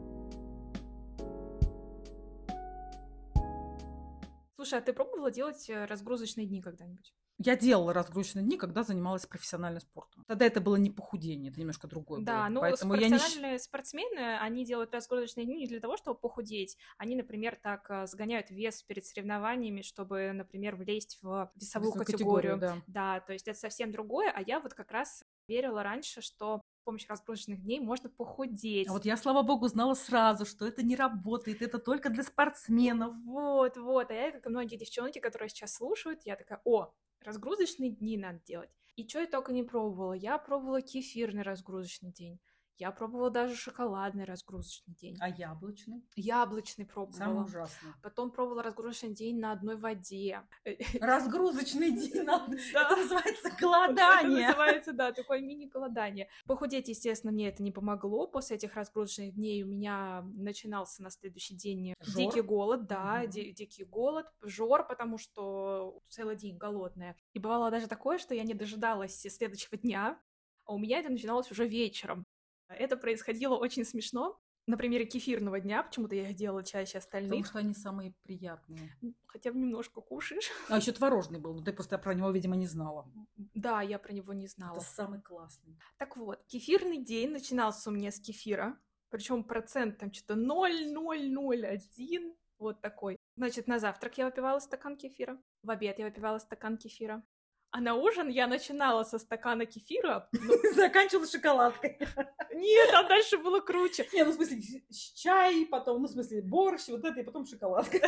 S1: Слушай, а ты пробовала делать разгрузочные дни когда-нибудь?
S2: Я делала разгрузочные дни, когда занималась профессиональным спортом. Тогда это было не похудение, это немножко другое было.
S1: Да, но
S2: поэтому
S1: профессиональные спортсмены, они делают разгрузочные дни не для того, чтобы похудеть. Они, например, так сгоняют вес перед соревнованиями, чтобы, например, влезть в весовую категорию. Да, то есть это совсем другое. А я вот как раз верила раньше, что с помощью разгрузочных дней можно похудеть.
S2: А вот я, слава богу, знала сразу, что это не работает, это только для спортсменов.
S1: Вот. А я, как и многие девчонки, которые сейчас слушают, я такая, разгрузочные дни надо делать. И что я только не пробовала. Я пробовала кефирный разгрузочный день. Я пробовала даже шоколадный разгрузочный день.
S2: А яблочный?
S1: Яблочный пробовала.
S2: Самый ужасный.
S1: Потом пробовала разгрузочный день на одной воде.
S2: Разгрузочный день это называется голодание.
S1: Это называется, да, такое мини-голодание. Похудеть, естественно, мне это не помогло. После этих разгрузочных дней у меня начинался на следующий день дикий голод. Да, дикий голод, жор, потому что целый день голодная. И бывало даже такое, что я не дожидалась следующего дня, а у меня это начиналось уже вечером. Это происходило очень смешно. На примере кефирного дня, почему-то я их делала чаще остальных.
S2: Потому что они самые приятные.
S1: Хотя бы немножко кушаешь.
S2: А еще творожный был, но ты просто про него, видимо, не знала.
S1: Да, я про него не знала.
S2: Это самый классный.
S1: Так вот, кефирный день начинался у меня с кефира. Причем процент там что-то 0,001. Вот такой. Значит, на завтрак я выпивала стакан кефира, в обед я выпивала стакан кефира, а на ужин я начинала со стакана кефира.
S2: Заканчивала шоколадкой.
S1: Нет, там дальше было круче.
S2: Не, ну, в смысле, чай, потом, ну, в смысле, борщ, вот это, и потом шоколадка.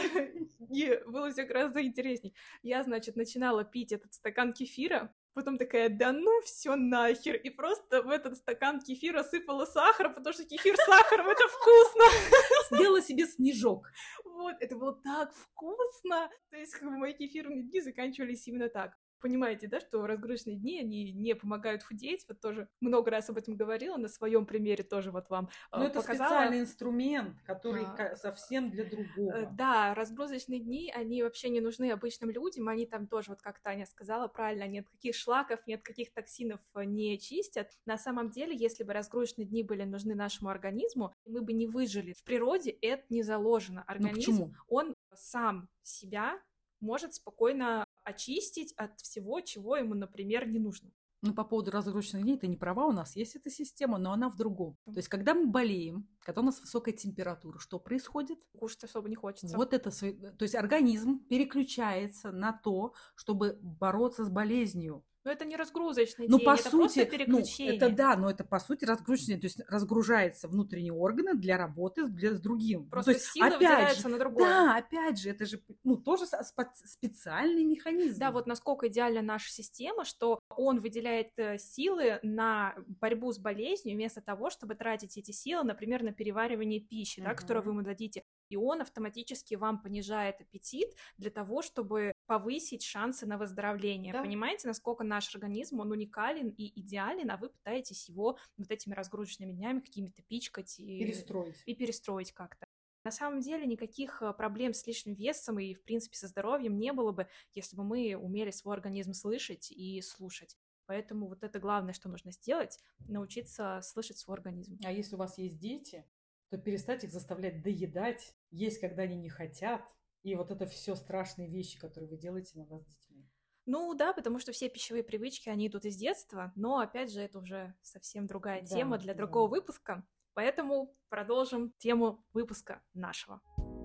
S1: Не, было все гораздо интересней. Я, значит, начинала пить этот стакан кефира, потом такая, да ну все нахер, и просто в этот стакан кефира сыпала сахар, потому что кефир с сахаром — это вкусно.
S2: Сделала себе снежок.
S1: Вот, это было так вкусно. То есть, как бы, мои кефирные дни заканчивались именно так. Понимаете, да, что разгрузочные дни, они не помогают худеть. Вот тоже много раз об этом говорила, на своем примере тоже вот вам
S2: Но это
S1: показала.
S2: специальный инструмент, который совсем для другого.
S1: Да, разгрузочные дни, они вообще не нужны обычным людям, они там тоже, вот как Таня сказала правильно, нет каких шлаков, нет каких токсинов не чистят. На самом деле, если бы разгрузочные дни были нужны нашему организму, мы бы не выжили. В природе это не заложено. Организм, он сам себя может спокойно очистить от всего, чего ему, например, не нужно.
S2: Ну, по поводу разгрузочных дней, это не права, у нас есть эта система, но она в другом. То есть, когда мы болеем, когда у нас высокая температура, что происходит?
S1: Кушать особо не хочется.
S2: Вот это, то есть, организм переключается на то, чтобы бороться с болезнью.
S1: Но это не разгрузочный
S2: день,
S1: это просто переключение.
S2: Это да, но это по сути разгрузочный, то есть разгружаются внутренние органы для работы с другим.
S1: Просто
S2: то есть,
S1: силы выделяются на другое.
S2: Да, опять же, это же тоже специальный механизм.
S1: Да, вот насколько идеальна наша система, что он выделяет силы на борьбу с болезнью вместо того, чтобы тратить эти силы, например, на переваривание пищи, да, которую вы ему дадите. И он автоматически вам понижает аппетит для того, чтобы повысить шансы на выздоровление. Да. Понимаете, насколько наш организм, он уникален и идеален, а вы пытаетесь его вот этими разгрузочными днями какими-то пичкать и перестроить как-то. На самом деле никаких проблем с лишним весом и, в принципе, со здоровьем не было бы, если бы мы умели свой организм слышать и слушать. Поэтому вот это главное, что нужно сделать, научиться слышать свой организм.
S2: А если у вас есть дети, то перестать их заставлять доедать, есть, когда они не хотят. И вот это все страшные вещи, которые вы делаете иногда с детьми.
S1: Ну да, потому что все пищевые привычки, они идут из детства, но, опять же, это уже совсем другая тема для другого выпуска. Поэтому продолжим тему выпуска нашего.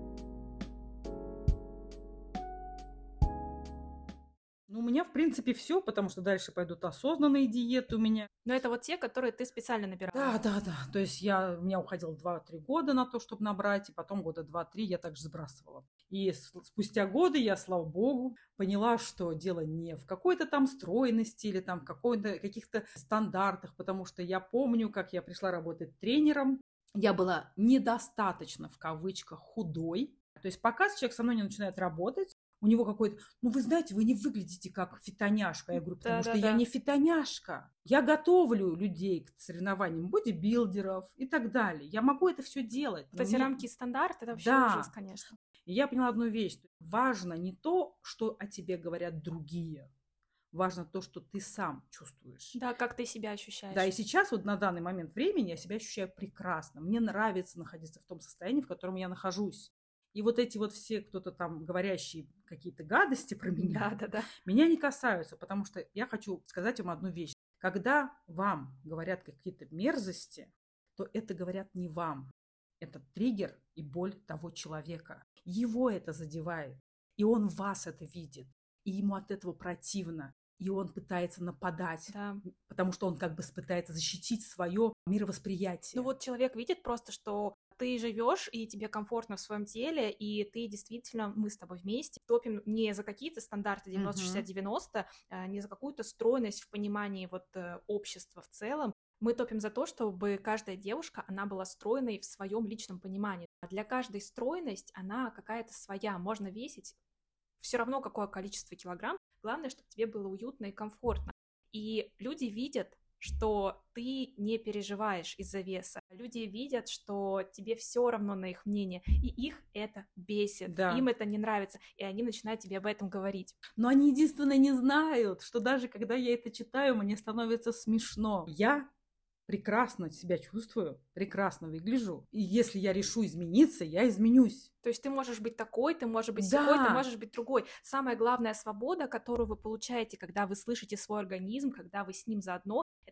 S2: Ну, у меня, в принципе, все, потому что дальше пойдут осознанные диеты у меня.
S1: Но это вот те, которые ты специально набирала.
S2: Да. То есть у меня уходило 2-3 года на то, чтобы набрать, и потом года 2-3 я также сбрасывала. И спустя годы я, слава богу, поняла, что дело не в какой-то там стройности или там каких-то стандартах, потому что я помню, как я пришла работать тренером, я была недостаточно, в кавычках, худой. То есть пока человек со мной не начинает работать, у него какой-то, вы знаете, вы не выглядите как фитоняшка. Я говорю, потому что я не фитоняшка. Я готовлю людей к соревнованиям бодибилдеров и так далее. Я могу это все делать.
S1: Вот эти рамки и стандарты, это вообще ужас, конечно.
S2: И я поняла одну вещь. Важно не то, что о тебе говорят другие. Важно то, что ты сам чувствуешь.
S1: Да, как ты себя ощущаешь.
S2: Да, и сейчас вот на данный момент времени я себя ощущаю прекрасно. Мне нравится находиться в том состоянии, в котором я нахожусь. И вот эти вот все, кто-то там говорящие какие-то гадости про меня, меня не касаются, потому что я хочу сказать вам одну вещь. Когда вам говорят какие-то мерзости, то это говорят не вам. Это триггер и боль того человека. Его это задевает. И он вас это видит. И ему от этого противно. И он пытается нападать, потому что он как бы пытается защитить свое мировосприятие.
S1: Ну вот человек видит просто, что ты живешь, и тебе комфортно в своем теле, и ты действительно, мы с тобой вместе топим не за какие-то стандарты 90-60-90, не за какую-то стройность в понимании вот общества в целом. Мы топим за то, чтобы каждая девушка, она была стройной в своем личном понимании. А для каждой стройность, она какая-то своя. Можно весить все равно какое количество килограмм. Главное, чтобы тебе было уютно и комфортно. И люди видят, что ты не переживаешь из-за веса. Люди видят, что тебе все равно на их мнение, и их это бесит, им это не нравится, и они начинают тебе об этом говорить.
S2: Но они единственное не знают, что даже когда я это читаю, мне становится смешно. Я прекрасно себя чувствую, прекрасно выгляжу. И если я решу измениться, я изменюсь.
S1: То есть ты можешь быть такой, ты можешь быть сякой, ты можешь быть другой. Самая главная свобода, которую вы получаете, когда вы слышите свой организм, когда вы с ним заодно, это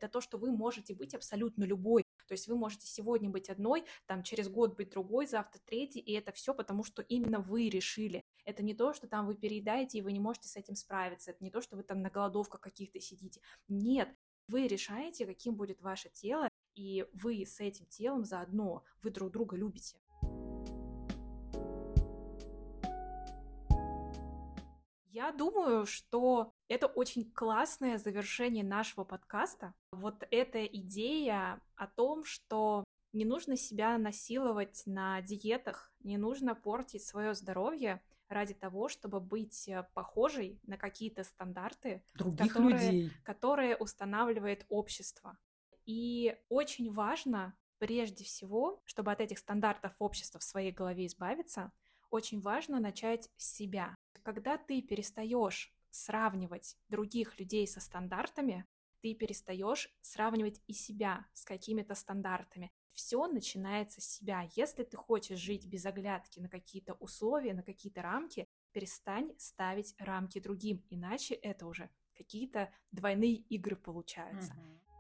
S1: это то, что вы можете быть абсолютно любой. То есть вы можете сегодня быть одной, там через год быть другой, завтра третий, и это все потому, что именно вы решили. Это не то, что там вы переедаете, и вы не можете с этим справиться. Это не то, что вы там на голодовках каких-то сидите. Нет, вы решаете, каким будет ваше тело, и вы с этим телом заодно. Вы друг друга любите. Я думаю, что это очень классное завершение нашего подкаста. Вот эта идея о том, что не нужно себя насиловать на диетах, не нужно портить свое здоровье ради того, чтобы быть похожей на какие-то стандарты,
S2: Других людей.
S1: которые устанавливает общество. И очень важно, прежде всего, чтобы от этих стандартов общества в своей голове избавиться, очень важно начать с себя. Когда ты перестаешь сравнивать других людей со стандартами, ты перестаешь сравнивать и себя с какими-то стандартами. Все начинается с себя. Если ты хочешь жить без оглядки на какие-то условия, на какие-то рамки, перестань ставить рамки другим, иначе это уже какие-то двойные игры получаются.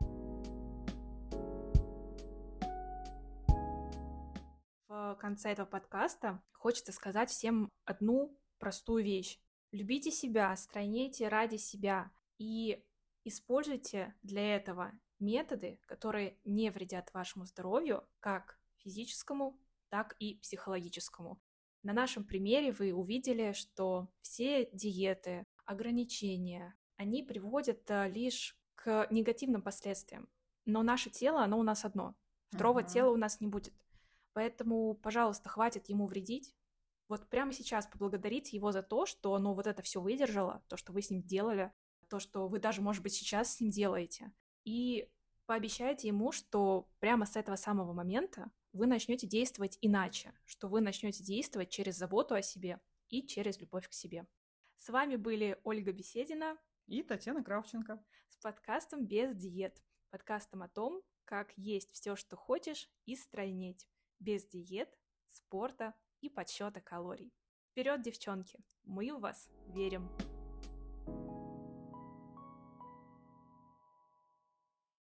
S1: В конце этого подкаста хочется сказать всем одну простую вещь. Любите себя, стройнейте ради себя и используйте для этого методы, которые не вредят вашему здоровью, как физическому, так и психологическому. На нашем примере вы увидели, что все диеты, ограничения, они приводят лишь к негативным последствиям. Но наше тело, оно у нас одно. Второго тела у нас не будет. Поэтому, пожалуйста, хватит ему вредить. Вот прямо сейчас поблагодарите его за то, что оно вот это все выдержало, то, что вы с ним делали, то, что вы даже, может быть, сейчас с ним делаете. И пообещайте ему, что прямо с этого самого момента вы начнете действовать иначе, что вы начнете действовать через заботу о себе и через любовь к себе. С вами были Ольга Беседина
S2: и Татьяна Кравченко
S1: с подкастом «Без диет», подкастом о том, как есть все, что хочешь, и стройнеть, без диет, спорта и подсчета калорий. Вперед, девчонки! Мы в вас верим!